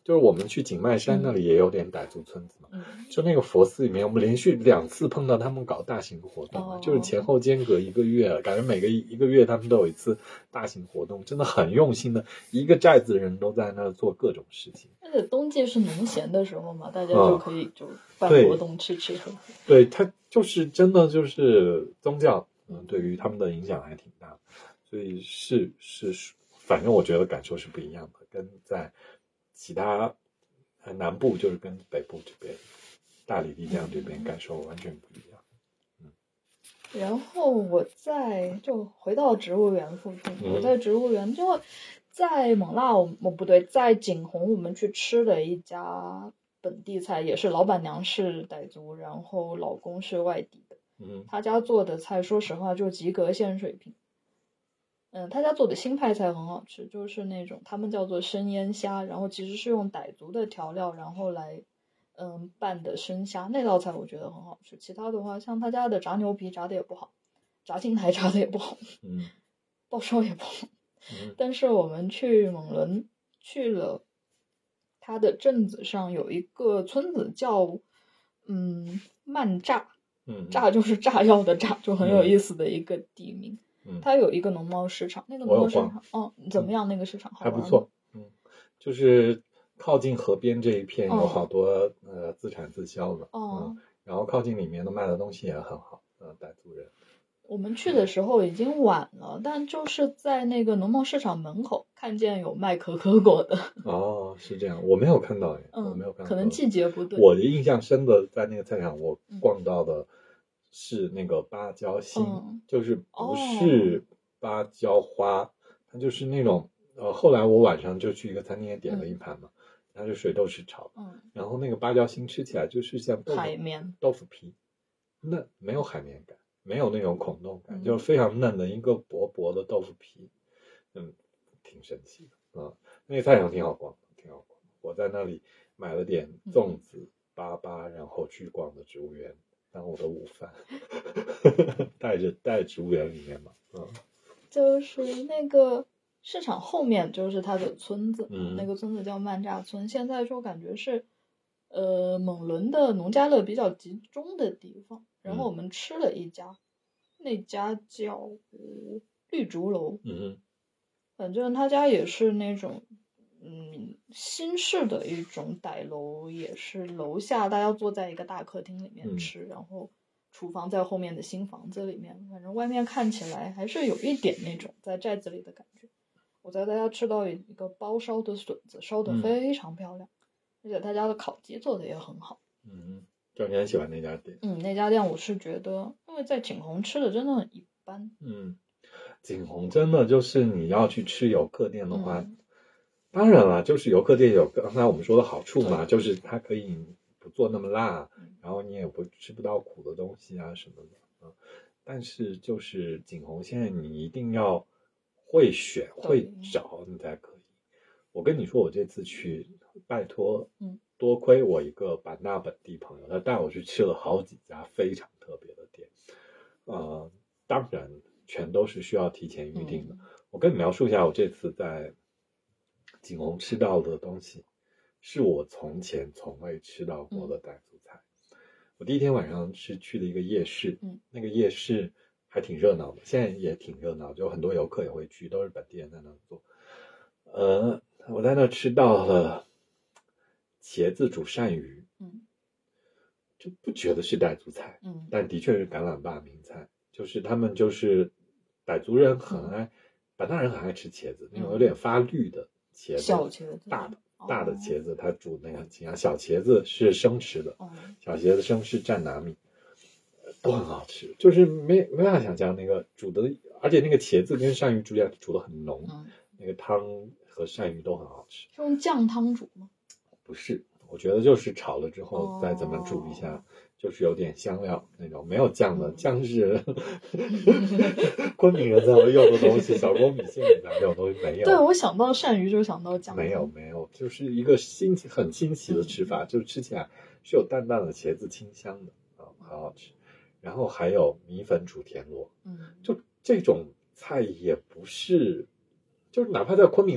就是我们去景迈山那里也有点傣族村子嘛， 嗯， 就那个佛寺里面，我们连续两次碰到他们搞大型活动， 哦、 就是前后间隔一个月，感觉每个一个月他们都有一次大型活动，真的很用心的，一个寨子人都在那儿做各种事情。 而且冬季是农闲的时候嘛，大家就可以就办活动，吃吃喝喝。 对，他就是真的就是宗教，嗯，对于他们的影响还挺大，所以是是，反正我觉得感受是不一样的，跟在其他南部就是跟北部这边大理丽江这边感受完全不一样。嗯， 然后我在就回到植物园附近， 嗯、 我在植物园就在勐腊，我我不对，在景洪我们去吃的一家本地菜，也是老板娘是傣族，然后老公是外地的。 嗯， 他家做的菜说实话就及格线水平。嗯，他家做的新派菜很好吃，就是那种他们叫做生腌虾，然后其实是用傣族的调料然后来嗯拌的生虾，那道菜我觉得很好吃。其他的话像他家的炸牛皮炸的也不好，炸青苔炸的也不好， 嗯， 爆烧也不好。 嗯， 但是我们去蒙伦去了它的镇子上有一个村子叫嗯曼炸， 嗯， 炸就是炸药的炸，就很有意思的一个地名。 嗯， 它有一个农贸市场，那个农贸市场哦，怎么样？那个市场好还不错，嗯，就是靠近河边这一片有好多、嗯、呃自产自销的， 哦、 嗯，然后靠近里面的卖的东西也很好，呃，傣族人。 我们去的时候已经晚了，但就是在那个农贸市场门口看见有卖可可果的。 哦，是这样，我没有看到哎， 嗯， 我没有看到， 可能季节不对。 我的印象深的在那个菜场，我逛到的是那个芭蕉心， 嗯、 就是不是芭蕉花，哦、它就是那种呃，后来我晚上就去一个餐厅也点了一盘嘛，嗯、它是水豆豉炒， 嗯， 然后那个芭蕉心吃起来就是像豆腐海绵豆腐皮，嫩，没有海绵感。没有那种孔洞感，嗯、就是非常嫩的一个薄薄的豆腐皮，嗯，挺神奇的啊、嗯。那个菜场挺好逛，挺好逛。我在那里买了点粽子、粑粑，然后去逛的植物园当我的午饭，带着带植物园里面嘛，嗯， 就是那个市场后面就是它的村子， 嗯， 那个村子叫曼炸村，现在就感觉是呃蒙伦的农家乐比较集中的地方。然后我们吃了一家，嗯、那家叫、呃、绿竹楼， 嗯， 反正他家也是那种嗯新式的一种傣楼，也是楼下大家坐在一个大客厅里面吃，嗯、然后厨房在后面的新房子里面，反正外面看起来还是有一点那种在寨子里的感觉。我在他家吃到一个包烧的笋子，烧得非常漂亮，嗯、而且他家的烤鸡做的也很好。 嗯，就你很喜欢那家店。 嗯，那家店我是觉得，因为在景洪吃的真的很一般。 嗯，景洪真的就是你要去吃游客店的话， 嗯、 当然了，就是游客店有刚才我们说的好处嘛，就是它可以不做那么辣， 嗯、然后你也不吃不到苦的东西啊什么的啊。但是就是景洪现在你一定要会选会找你才可以。我跟你说，我这次去拜托， 嗯。 多亏我一个版纳本地朋友，他带我去吃了好几家非常特别的店，呃，当然全都是需要提前预定的。嗯、我跟你描述一下我这次在景洪吃到的东西，是我从前从未吃到过的傣族菜。嗯、我第一天晚上是去了一个夜市， 嗯、 那个夜市还挺热闹的，现在也挺热闹，就很多游客也会去，都是本地人在那做。呃，我在那吃到了茄子煮鳝鱼， 嗯， 就不觉得是傣族菜， 嗯， 但的确是橄榄坝名菜，就是他们就是傣族人很爱，版纳人很爱吃茄子，那种有点发绿的茄子， 小茄子， 大的大的茄子，它煮那个青啊，小茄子是生吃的，小茄子生吃蘸拿米，都很好吃，就是没没办法想象那个煮的，而且那个茄子跟鳝鱼煮起来煮的很浓， 嗯， 那个汤和鳝鱼都很好吃。 是用酱汤煮吗？ 不是，我觉得就是炒了之后再怎么煮一下，哦、就是有点香料那种，没有酱的，嗯、酱是昆明人才会用的东西，小锅米线里才有东西没有。 对，我想到鳝鱼就想到酱。 没有没有，就是一个新奇很新奇的吃法，嗯、就是吃起来是有淡淡的茄子清香的啊，好好吃。然后还有米粉煮田螺， 嗯， 就这种菜也不是，就是哪怕在昆明的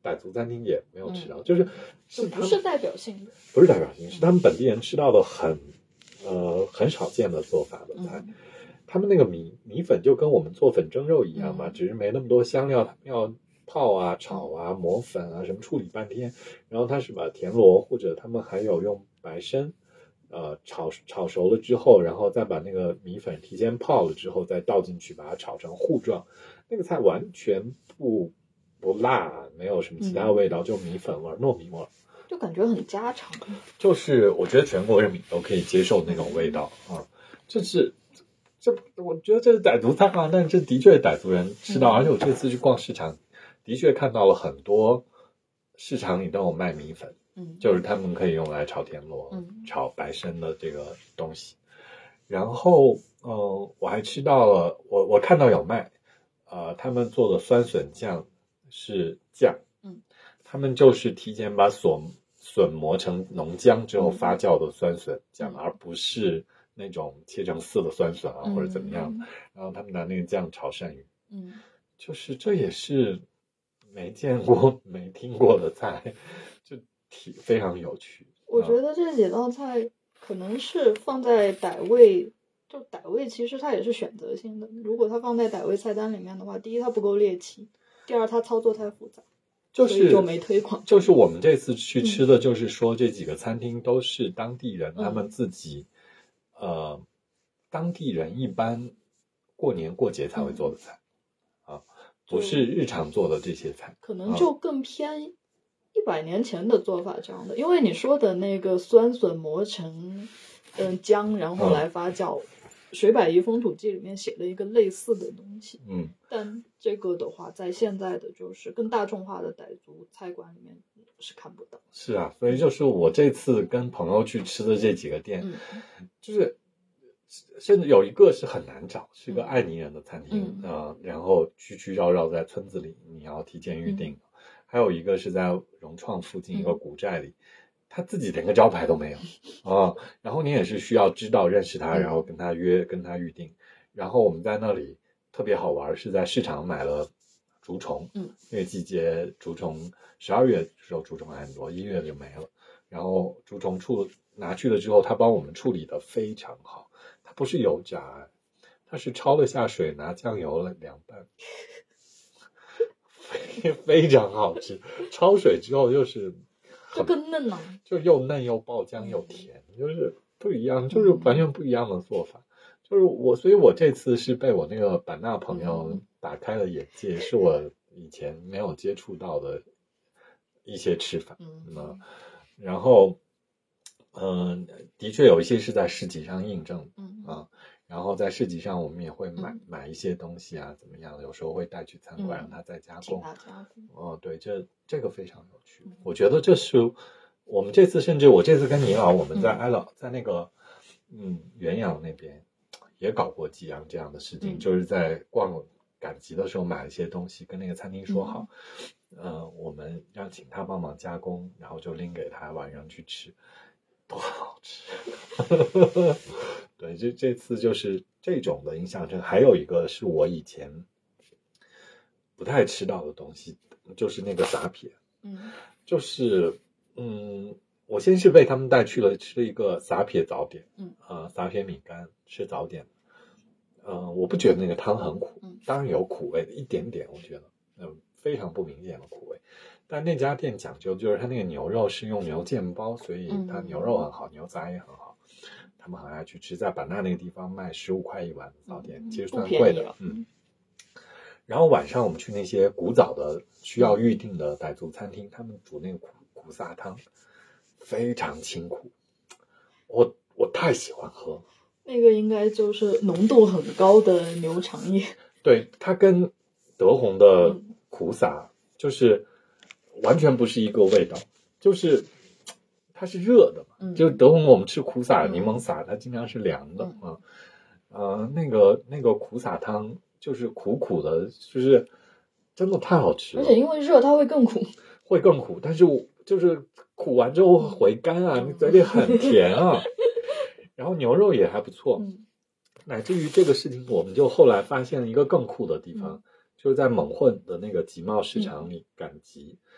傣族餐厅也没有吃到，嗯、就是是不是代表性的， 不是代表性，是他们本地人吃到的很呃很少见的做法的菜。嗯、他们那个米米粉就跟我们做粉蒸肉一样嘛，嗯、只是没那么多香料，他们要泡啊、炒啊、磨粉啊，什么处理半天。然后他是把田螺或者他们还有用白参。呃，炒炒熟了之后，然后再把那个米粉提前泡了之后，再倒进去，把它炒成糊状。那个菜完全不不辣，没有什么其他的味道，嗯、就米粉味、糯米味， 就感觉很家常。 就是我觉得全国人民都可以接受那种味道啊。这是这，我觉得这是傣族菜啊，但这的确是傣族人吃到。嗯、而且我这次去逛市场，的确看到了很多市场里都有卖米粉。嗯，就是他们可以用来炒田螺、嗯、炒白参的这个东西。然后，呃，我还吃到了，我我看到有卖，呃，他们做的酸笋酱是酱，嗯，他们就是提前把笋笋磨成浓浆之后发酵的酸笋酱，嗯、而不是那种切成丝的酸笋啊、嗯、或者怎么样。然后他们拿那个酱炒鳝鱼，嗯，就是这也是没见过、没听过的菜，就。非常有趣。 我觉得这几道菜可能是放在傣味，就傣味其实它也是选择性的。如果它放在傣味菜单里面的话，第一它不够猎奇，第二它操作太复杂， 就是就没推广。 就是我们这次去吃的，就是说这几个餐厅都是当地人，嗯、他们自己呃，当地人一般过年过节才会做的菜、嗯、啊，不是日常做的这些菜， 可能就更偏。一百年前的做法这样的，因为你说的那个酸笋磨成嗯浆，然后来发酵，嗯、水百宜风土记里面写了一个类似的东西，嗯，但这个的话，在现在的就是更大众化的傣族菜馆里面是看不到。 是啊，所以就是我这次跟朋友去吃的这几个店，嗯、就是甚至有一个是很难找，是个爱尼人的餐厅，嗯、呃，然后曲曲绕绕在村子里，你要提前预定。嗯还有一个是在融创附近一个古寨里，嗯、他自己连个招牌都没有啊。然后你也是需要知道认识他，然后跟他约跟他预定。然后我们在那里特别好玩，是在市场买了竹虫，嗯，那个季节竹虫十二月时候竹虫还很多，一月就没了。然后竹虫处拿去了之后，他帮我们处理的非常好，它不是油炸，它是焯了下水，拿酱油了凉拌。非常好吃，焯水之后就是就更嫩了， 就又嫩又爆浆又甜，就是不一样，就是完全不一样的做法。嗯、就是我，所以我这次是被我那个版纳朋友打开了眼界，嗯、是我以前没有接触到的一些吃法。嗯，然后，嗯、呃，的确有一些是在市集上印证，嗯啊。然后在市集上我们也会买、嗯、买一些东西啊，怎么样的？有时候会带去餐馆、嗯、让他再加工。哦，对，这这个非常有趣。嗯、我觉得这是我们这次，甚至我这次跟你老，我们在哀老、嗯、在那个嗯元阳那边也搞过几样这样的事情，嗯、就是在逛赶集的时候买了一些东西，跟那个餐厅说好，嗯、呃，我们让请他帮忙加工，然后就拎给他晚上去吃。多好吃！对，这这次就是这种的印象深。还有一个是我以前不太吃到的东西，就是那个撒撇。嗯，就是嗯，我先是被他们带去了吃了一个撒撇早点。嗯，呃，撒撇米干吃早点。嗯、呃，我不觉得那个汤很苦，当然有苦味的，一点点，我觉得，嗯、呃，非常不明显的苦味。但那家店讲究就是它那个牛肉是用牛腱包，所以它牛肉很好，嗯、牛杂也很好，他们很爱去吃。在版纳那个地方卖十五块一碗的早点，嗯、其实算贵的。嗯。然后晚上我们去那些古早的需要预定的傣族餐厅，他们煮那个苦苦撒汤，非常清苦，我我太喜欢喝。 那个应该就是浓度很高的牛肠液。 对，它跟德宏的苦撒就是。完全不是一个味道，就是它是热的嘛，嗯、就德宏我们吃苦撒柠檬撒，它经常是凉的啊、嗯，呃，那个那个苦撒汤就是苦苦的，就是真的太好吃了， 而且因为热它会更苦， 会更苦，但是我就是苦完之后回甘啊，嗯、你嘴里很甜啊，然后牛肉也还不错，嗯、乃至于这个事情，我们就后来发现了一个更酷的地方。嗯就是在蒙混的那个集贸市场里赶集，嗯、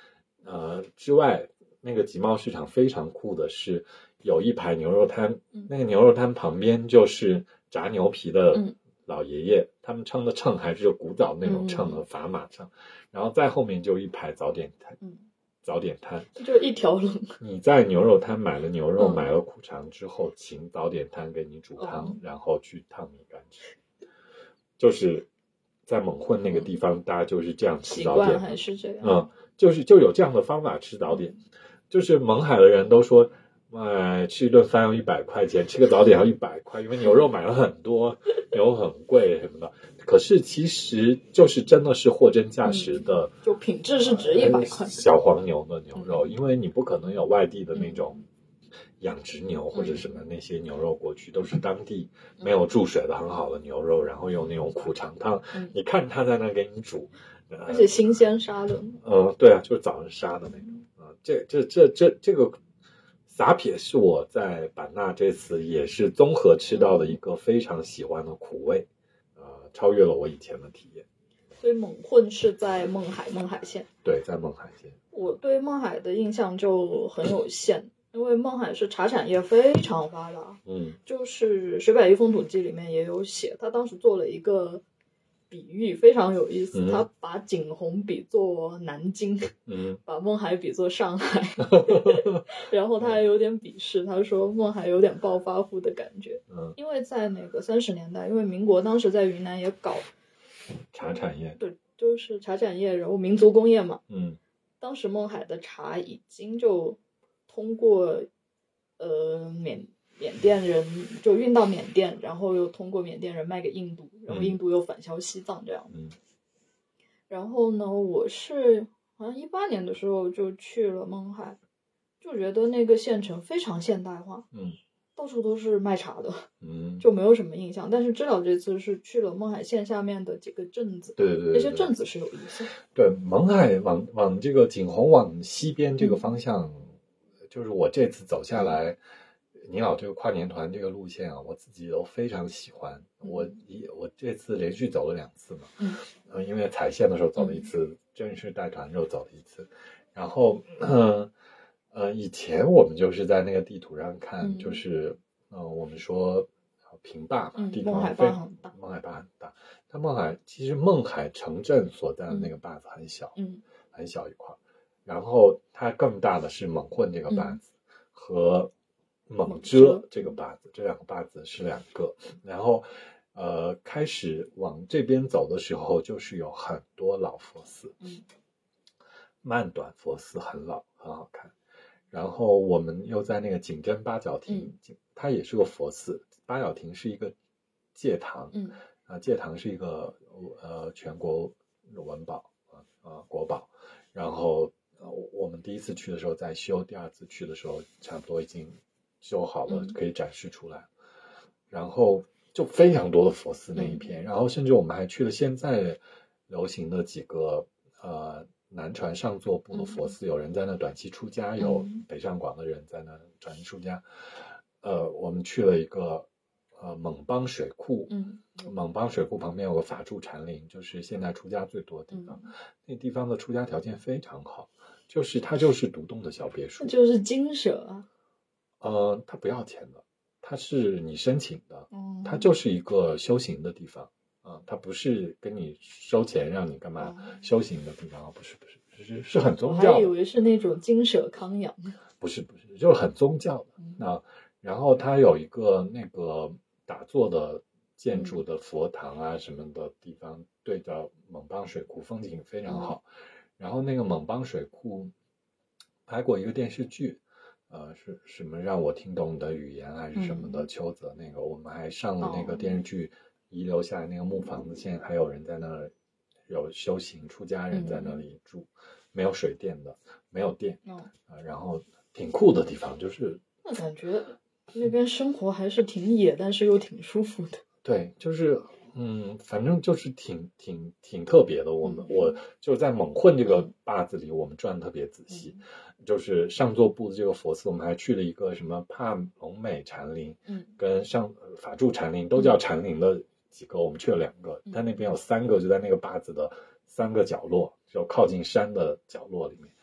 呃之外，那个集贸市场非常酷的是有一排牛肉摊， 嗯、 那个牛肉摊旁边就是炸牛皮的老爷爷， 嗯、 他们称的秤还是古早那种秤的砝码秤，嗯、然后再后面就一排早点摊。 嗯早点摊就一条龙。你在牛肉摊买了牛肉、嗯、买了苦肠之后，请早点摊给你煮汤，嗯、然后去烫米干吃。就是在蒙混那个地方，嗯、大家就是这样吃早点。习惯还是这样。 嗯，就是就有这样的方法吃早点。就是蒙海的人都说，哎，吃一顿饭要一百块钱，吃个早点要一百块，因为牛肉买了很多，牛很贵什么的。可是其实就是真的是货真价实的， 嗯、就品质是值一百块、呃。 小黄牛的牛肉，嗯、因为你不可能有外地的那种养殖牛或者什么那些牛肉过去，嗯、都是当地没有注水的很好的牛肉，然后用那种苦肠汤，嗯、你看他在那给你煮， 呃、而且新鲜杀的。 呃，对啊，就是早上杀的那种。啊、呃，这这这这这个撒撇是我在版纳这次也是综合吃到的一个非常喜欢的苦味。超越了我以前的体验。 所以蒙混是在勐海，勐海县。 对，在勐海县。 我对勐海的印象就很有限，因为勐海是茶产业非常发达。 嗯， 就是《水百亿风土记》里面也有写，他当时做了一个比喻，非常有意思。嗯、他把景洪比作南京， 嗯， 把勐海比作上海，然后他还有点鄙视，他说勐海有点暴发户的感觉。 嗯， 因为在那个三十年代，因为民国当时在云南也搞茶产业， 对，就是茶产业，然后民族工业嘛。 嗯， 当时勐海的茶已经就通过呃缅。缅甸人就运到缅甸，然后又通过缅甸人卖给印度，然后印度又返销西藏这样。 嗯， 然后呢，我是好像一八年的时候就去了勐海，就觉得那个县城非常现代化， 嗯， 到处都是卖茶的， 嗯， 就没有什么印象。但是知道这次是去了勐海县下面的几个镇子， 对对 对, 对， 那些镇子是有意思。 对，勐海往往这个景洪往西边这个方向，嗯、就是我这次走下来。嗯你老这个跨年团这个路线啊，我自己都非常喜欢。 嗯、 我一我这次连续走了两次嘛， 嗯， 呃，因为踩线的时候走了一次，嗯、正式带团时候走了一次。然后，呃，呃，以前我们就是在那个地图上看， 嗯、 就是呃，我们说平坝嘛， 嗯、 地方勐海坝很大， 勐海坝很大。它勐海其实勐海城镇所在的那个坝子很小， 嗯， 很小一块。然后它更大的是蒙混这个坝子、嗯、和。蒙遮这个坝子，这两个坝子是两个，然后呃，开始往这边走的时候，就是有很多老佛寺， 嗯， 曼短佛寺很老，很好看。然后我们又在那个景真八角亭， 嗯、 它也是个佛寺，八角亭是一个戒堂， 嗯， 啊，戒堂是一个呃全国文保啊啊国宝，然后呃我们第一次去的时候在修，第二次去的时候差不多已经。修好了可以展示出来、嗯、然后就非常多的佛寺那一片、嗯、然后甚至我们还去了现在流行的几个呃南传上座部的佛寺、嗯、有人在那短期出家、嗯、有北上广的人在那短期出家。呃我们去了一个呃蒙邦水库， 嗯， 蒙邦水库旁边有个法住禅林，就是现在出家最多的地方、嗯、那地方的出家条件非常好，就是它就是独栋的小别墅， 就是精舍啊。 呃，它不要钱的，它是你申请的， 嗯， 它就是一个修行的地方啊、呃，它不是跟你收钱让你干嘛、嗯、修行的地方，不是不是，是是很宗教的。 我还以为是那种精舍康养。 不是不是，就是很宗教的。 嗯、 那然后它有一个那个打坐的建筑的佛堂啊什么的地方，对着蒙邦水库，风景非常好。嗯、然后那个蒙邦水库拍过一个电视剧。呃，是什么让我听懂你的语言还是什么的？ 嗯、 邱泽那个，我们还上了那个电视剧遗留下来那个木房子，现在还有人在那儿有修行出家人在那里住，嗯、没有水电的，没有电， 嗯呃、然后挺酷的地方，就是那感觉那边生活还是挺野，但是又挺舒服的。 对，就是嗯，反正就是挺挺挺特别的。我们、嗯、我就在蒙混这个坝子里，我们转得特别仔细。嗯就是上座部的这个佛寺，我们还去了一个什么帕隆美禅林， 嗯， 跟上法住禅林都叫禅林的几个，我们去了两个，它那边有三个，就在那个坝子的三个角落，就靠近山的角落里面。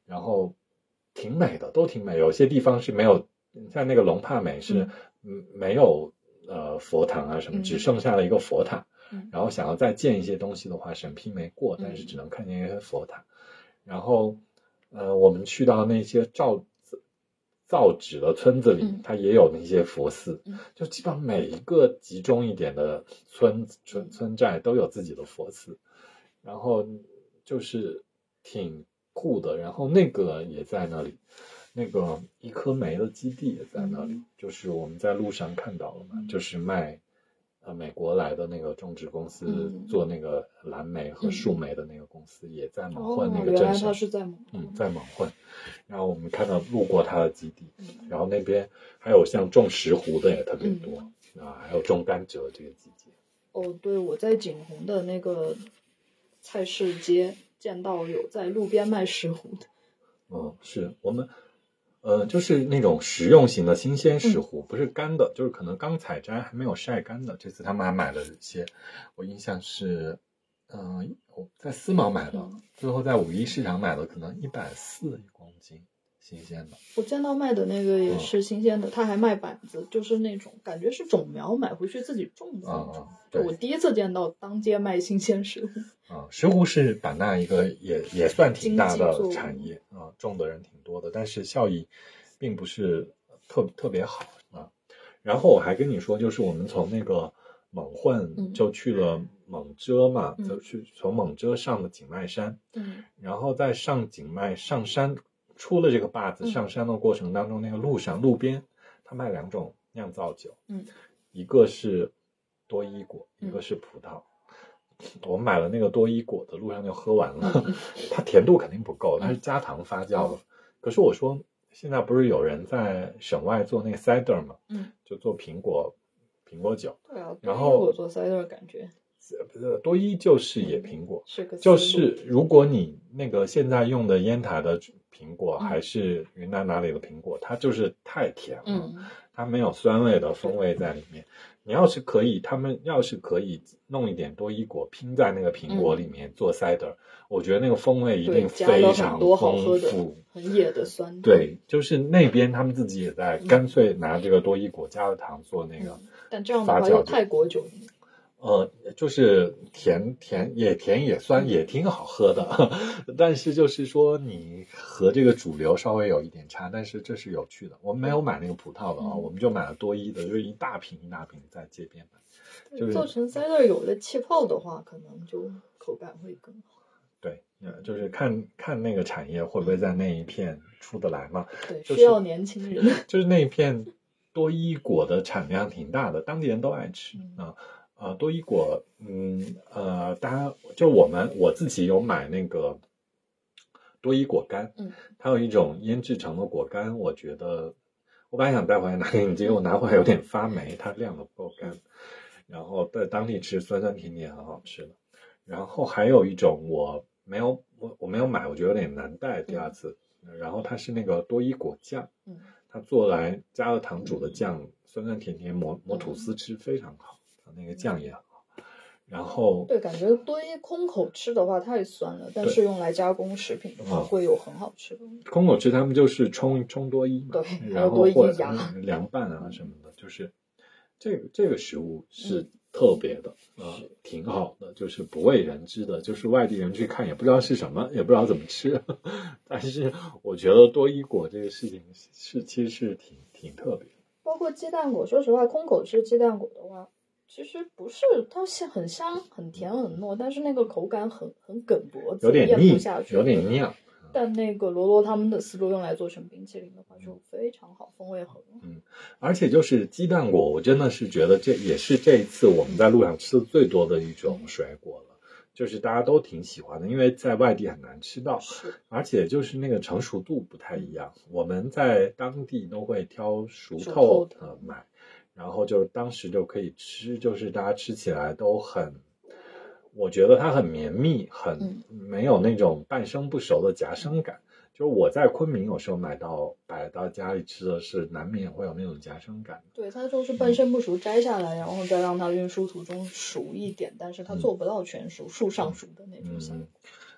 然后挺美的，都挺美。有些地方是没有，像那个龙帕美是嗯没有呃佛堂啊什么， 嗯只剩下了一个佛塔。 嗯然后想要再建一些东西的话，审批没过，但是只能看见一些佛塔。然后呃，我们去到那些造造纸的村子里， 嗯它也有那些佛寺， 嗯就基本上每一个集中一点的村村村寨都有自己的佛寺，然后就是挺酷的。然后那个也在那里，那个一颗梅的基地也在那里， 嗯、 就是我们在路上看到了嘛，嗯、就是卖呃美国来的那个种植公司、嗯、做那个蓝莓和树莓的那个公司、嗯、也在蒙混那个镇上， 哦、原来他是在蒙混， 嗯，在蒙混。然后我们看到路过他的基地，嗯、然后那边还有像种石斛的也特别多、嗯、啊，还有种甘蔗这个季节。 哦，对，我在景洪的那个菜市街见到有在路边卖石斛的。 嗯，是我们呃，就是那种食用型的新鲜石斛、嗯、不是干的，就是可能刚采摘还没有晒干的。这次他们还买了一些，我印象是嗯、呃，我在思茅买的、嗯、最后在五一市场买的可能一百四一公斤新鲜的。 我见到卖的那个也是新鲜的、嗯、他还卖板子，就是那种感觉是种苗买回去自己种的那种、 嗯嗯、 我第一次见到当街卖新鲜石斛。 啊、嗯，石斛是版纳一个也也算挺大的产业啊、嗯，种的人挺多的，但是效益并不是特特别好啊。然后我还跟你说，就是我们从那个蒙混就去了蒙遮嘛，就、嗯、去从蒙遮上的景迈山，嗯，然后在上景迈上山出了这个坝子上山的过程当中，嗯、那个路上路边他卖两种酿造酒，嗯，一个是多伊果，一个是葡萄。我们买了那个多伊果的，路上就喝完了，嗯、它甜度肯定不够，它是加糖发酵的。嗯、可是我说，现在不是有人在省外做那个 cider 吗？嗯，就做苹果苹果酒。 对啊， 然后我做 cider 感觉， 多伊就是野苹果， 嗯、是个就是如果你那个现在用的烟台的苹果、嗯、还是云南哪里的苹果，它就是太甜了，嗯、它没有酸味的风味在里面。你要是可以，他们要是可以弄一点多伊果拼在那个苹果里面做 cider，、嗯、我觉得那个风味一定非常丰富， 很野的酸。 对，就是那边他们自己也在干脆拿这个多伊果加了糖做那个、嗯， 但这样的话有泰国酒。 呃，就是甜甜也甜也酸也挺好喝的，但是就是说你和这个主流稍微有一点差，但是这是有趣的。我们没有买那个葡萄的啊、哦，我们就买了多伊的，就是一大瓶一大瓶在街边买。就是做成 cider 有了气泡的话，可能就口感会更好。 对，就是看看那个产业会不会在那一片出得来嘛？ 对， 就是、 需要年轻人。 就是那一片多伊果的产量挺大的，当地人都爱吃啊。嗯呃，多伊果，嗯，呃，大家就我们我自己有买那个多伊果干，嗯，它有一种腌制成的果干，我觉得我本来想带回来拿给你，结果拿回来有点发霉，它晾的不够干，然后在当地吃酸酸甜甜很好吃的。然后还有一种我没有我我没有买，我觉得有点难带，第二次，嗯、然后它是那个多伊果酱，嗯，它做来加了糖煮的酱，酸酸甜甜，抹抹吐司吃非常好。那个酱也很好，然后对，感觉多伊空口吃的话太酸了，但是用来加工食品的话会有很好吃的。 空口吃他们就是冲冲多伊嘛， 对， 然后或者凉拌啊什么的，就是这个这个食物是特别的，嗯、呃，挺好的，就是不为人知的，就是外地人去看也不知道是什么，也不知道怎么吃，但是我觉得多伊果这个事情是其实是挺挺特别的。 包括鸡蛋果，说实话，空口吃鸡蛋果的话。其实不是，它很香、很甜、很糯，但是那个口感很很梗脖子， 有点腻， 有点酿。 但那个罗罗他们的思路用来做成冰淇淋的话，就非常好，风味很好。 嗯，而且就是鸡蛋果，我真的是觉得这也是这一次我们在路上吃的最多的一种水果了，嗯、就是大家都挺喜欢的，因为在外地很难吃到，而且就是那个成熟度不太一样，我们在当地都会挑熟透的买。然后就当时就可以吃，就是大家吃起来都很，我觉得它很绵密，很没有那种半生不熟的夹生感。嗯、就是我在昆明有时候买到摆到家里吃的是难免会有那种夹生感。 对，它就是半生不熟摘下来，嗯、然后再让它运输途中熟一点，但是它做不到全熟，树、嗯、上熟的那种香。嗯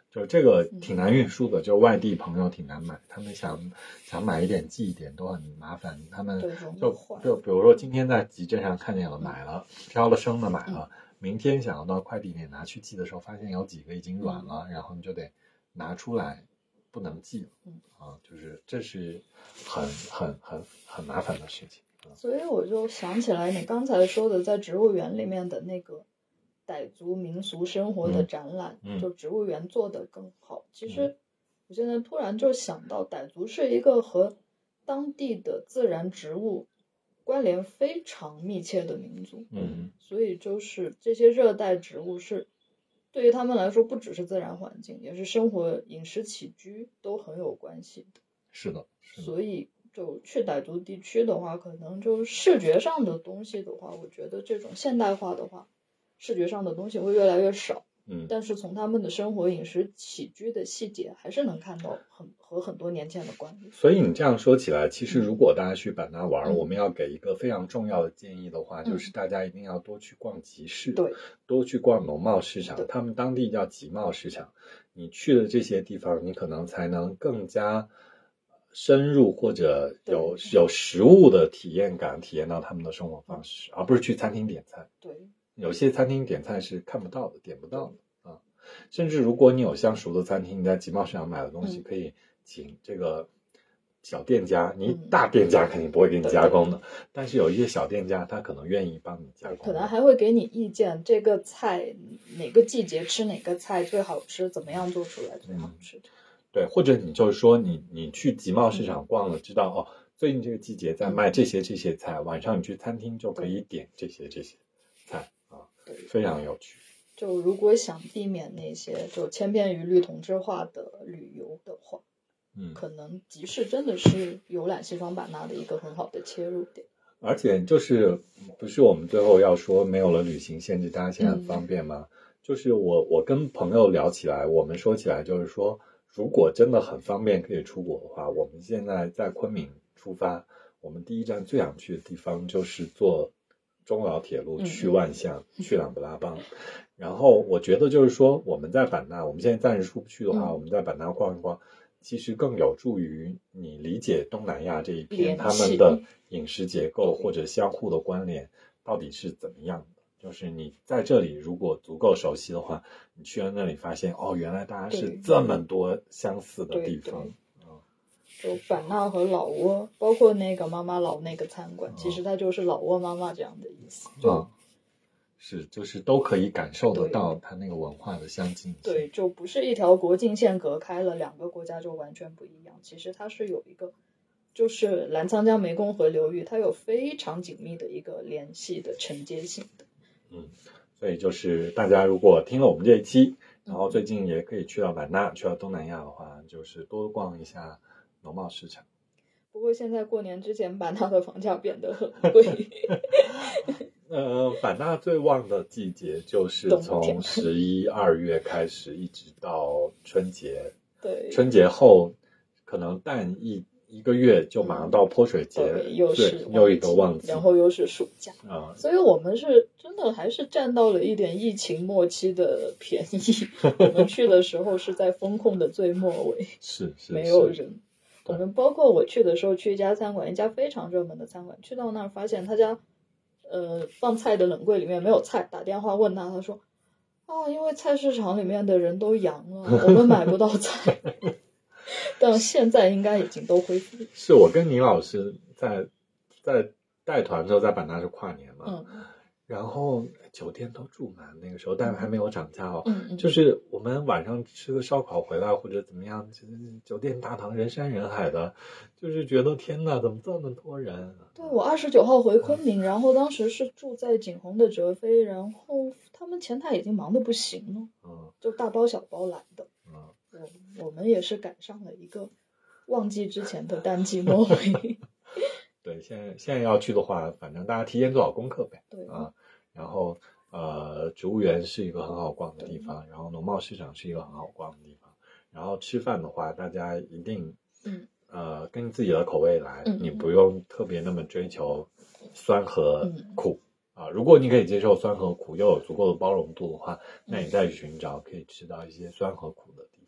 就这个挺难运输的，就外地朋友挺难买，他们想想买一点寄一点都很麻烦，他们就就比如说今天在集镇上看见了买了，挑了生的买了，明天想要到快递点拿去寄的时候，发现有几个已经软了，然后你就得拿出来，不能寄了，啊，就是这是很很很很麻烦的事情。 所以我就想起来你刚才说的，在植物园里面的那个傣族民俗生活的展览， 嗯嗯、 就植物园做得更好。其实我现在突然就想到，傣族是一个和当地的自然植物关联非常密切的民族， 嗯， 所以就是这些热带植物是对于他们来说，不只是自然环境，也是生活饮食起居都很有关系的。 是的，是的。 所以就去傣族地区的话，可能就视觉上的东西的话，我觉得这种现代化的话，视觉上的东西会越来越少。 嗯， 但是从他们的生活饮食起居的细节，还是能看到很和很多年前的关联。 所以你这样说起来，其实如果大家去版纳玩， 嗯、 我们要给一个非常重要的建议的话，嗯、就是大家一定要多去逛集市， 对， 多去逛农贸市场，他们当地叫集贸市场。你去了这些地方，你可能才能更加深入或者有有实物的体验感，体验到他们的生活方式，而不是去餐厅点菜。 对。 有些餐厅点菜是看不到的，点不到的啊。甚至如果你有相熟的餐厅，你在集贸市场买的东西，可以请这个小店家，你大店家肯定不会给你加工的，嗯、但是有一些小店家，他可能愿意帮你加工， 可能还会给你意见，这个菜哪个季节吃哪个菜最好吃，怎么样做出来最好吃。嗯、 对，或者你就是说你你去集贸市场逛了，嗯、知道哦，最近这个季节在卖这些这些菜，嗯、晚上你去餐厅就可以点这些这些菜。非常有趣。 就如果想避免那些就千篇一律同质化的旅游的话，嗯，可能集市真的是游览西双版纳的一个很好的切入点。 而且就是不是我们最后要说没有了旅行限制，大家现在很方便吗？嗯、就是我我跟朋友聊起来，我们说起来就是说，如果真的很方便可以出国的话，我们现在在昆明出发，我们第一站最想去的地方就是坐中老铁路去万象，嗯、去琅勃拉邦，然后我觉得就是说我们在版纳，我们现在暂时出不去的话，嗯、我们在版纳逛一逛，其实更有助于你理解东南亚这一片他们的饮食结构或者相互的关联到底是怎么样的。就是你在这里如果足够熟悉的话，你去了那里发现哦，原来大家是这么多相似的地方。对对就版纳和老挝，包括那个妈妈老那个餐馆，哦、其实它就是老挝妈妈这样的意思。就、 嗯、是，就是都可以感受得到它那个文化的相近性。 对，就不是一条国境线隔开了两个国家就完全不一样。其实它是有一个，就是澜沧江湄公河流域，它有非常紧密的一个联系的承接性的。 嗯，所以就是大家如果听了我们这一期，然后最近也可以去到版纳，去到东南亚的话，就是多逛一下农贸市场。 不过现在过年之前，版纳的房价变得很贵。 呃，版纳最旺的季节就是从十一二月开始，一直到春节。 对， 春节后可能淡一一个月，就马上到泼水节， 嗯、又是又一个旺季， 然后又是暑假啊、嗯， 所以我们是真的还是占到了一点疫情末期的便宜。我们去的时候是在风控的最末尾， 是是没有人。我们包括我去的时候去一家餐馆，一家非常热门的餐馆，去到那儿发现他家呃放菜的冷柜里面没有菜，打电话问他，他说啊，因为菜市场里面的人都阳了，我们买不到菜。但现在应该已经都恢复。 是我跟倪老师在在带团的时候，在版纳是跨年嘛，嗯，然后酒店都住满那个时候，但还没有涨价哦。 嗯嗯， 就是我们晚上吃个烧烤回来或者怎么样，酒店大堂人山人海的，就是觉得天哪，怎么这么多人、啊？ 对，我二十九号回昆明，嗯、然后当时是住在景洪的哲飞，然后他们前台已经忙得不行了，嗯，就大包小包来的。 嗯， 我我们也是赶上了一个旺季之前的淡季末尾。 对，现在现在要去的话，反正大家提前做好功课呗。 对啊，然后呃，植物园是一个很好逛的地方，然后农贸市场是一个很好逛的地方。然后吃饭的话，大家一定嗯呃跟自己的口味来， 嗯、 你不用特别那么追求酸和苦、嗯、啊。如果你可以接受酸和苦，又有足够的包容度的话，那你再去寻找可以吃到一些酸和苦的地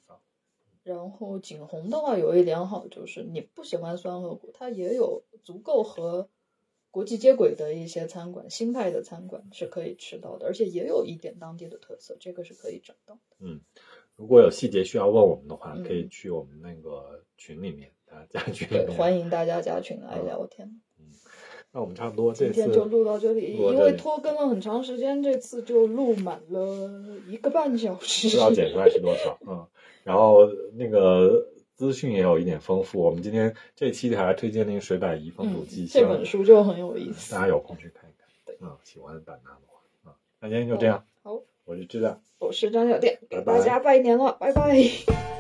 然后景洪的话有一点好，就是你不喜欢酸河谷，它也有足够和国际接轨的一些餐馆，新派的餐馆是可以吃到的，而且也有一点当地的特色，这个是可以找到的。 嗯，如果有细节需要问我们的话， 嗯、 可以去我们那个群里面，大家加群里面。 对，欢迎大家加群来聊天。 嗯，嗯那我们差不多这次今天就录到这里， 因为拖更了很长时间，这次就录满了一个半小时， 不知道剪出来是多少。嗯，然后那个资讯也有一点丰富，我们今天这期还推荐那个水百宜风土记、 嗯，这本书就很有意思， 大家有空去看一看。 对， 嗯，喜欢版纳的话，嗯，那今天就这样。 好， 我是知道， 我是张小店， 拜拜， 给大家拜年了，拜拜。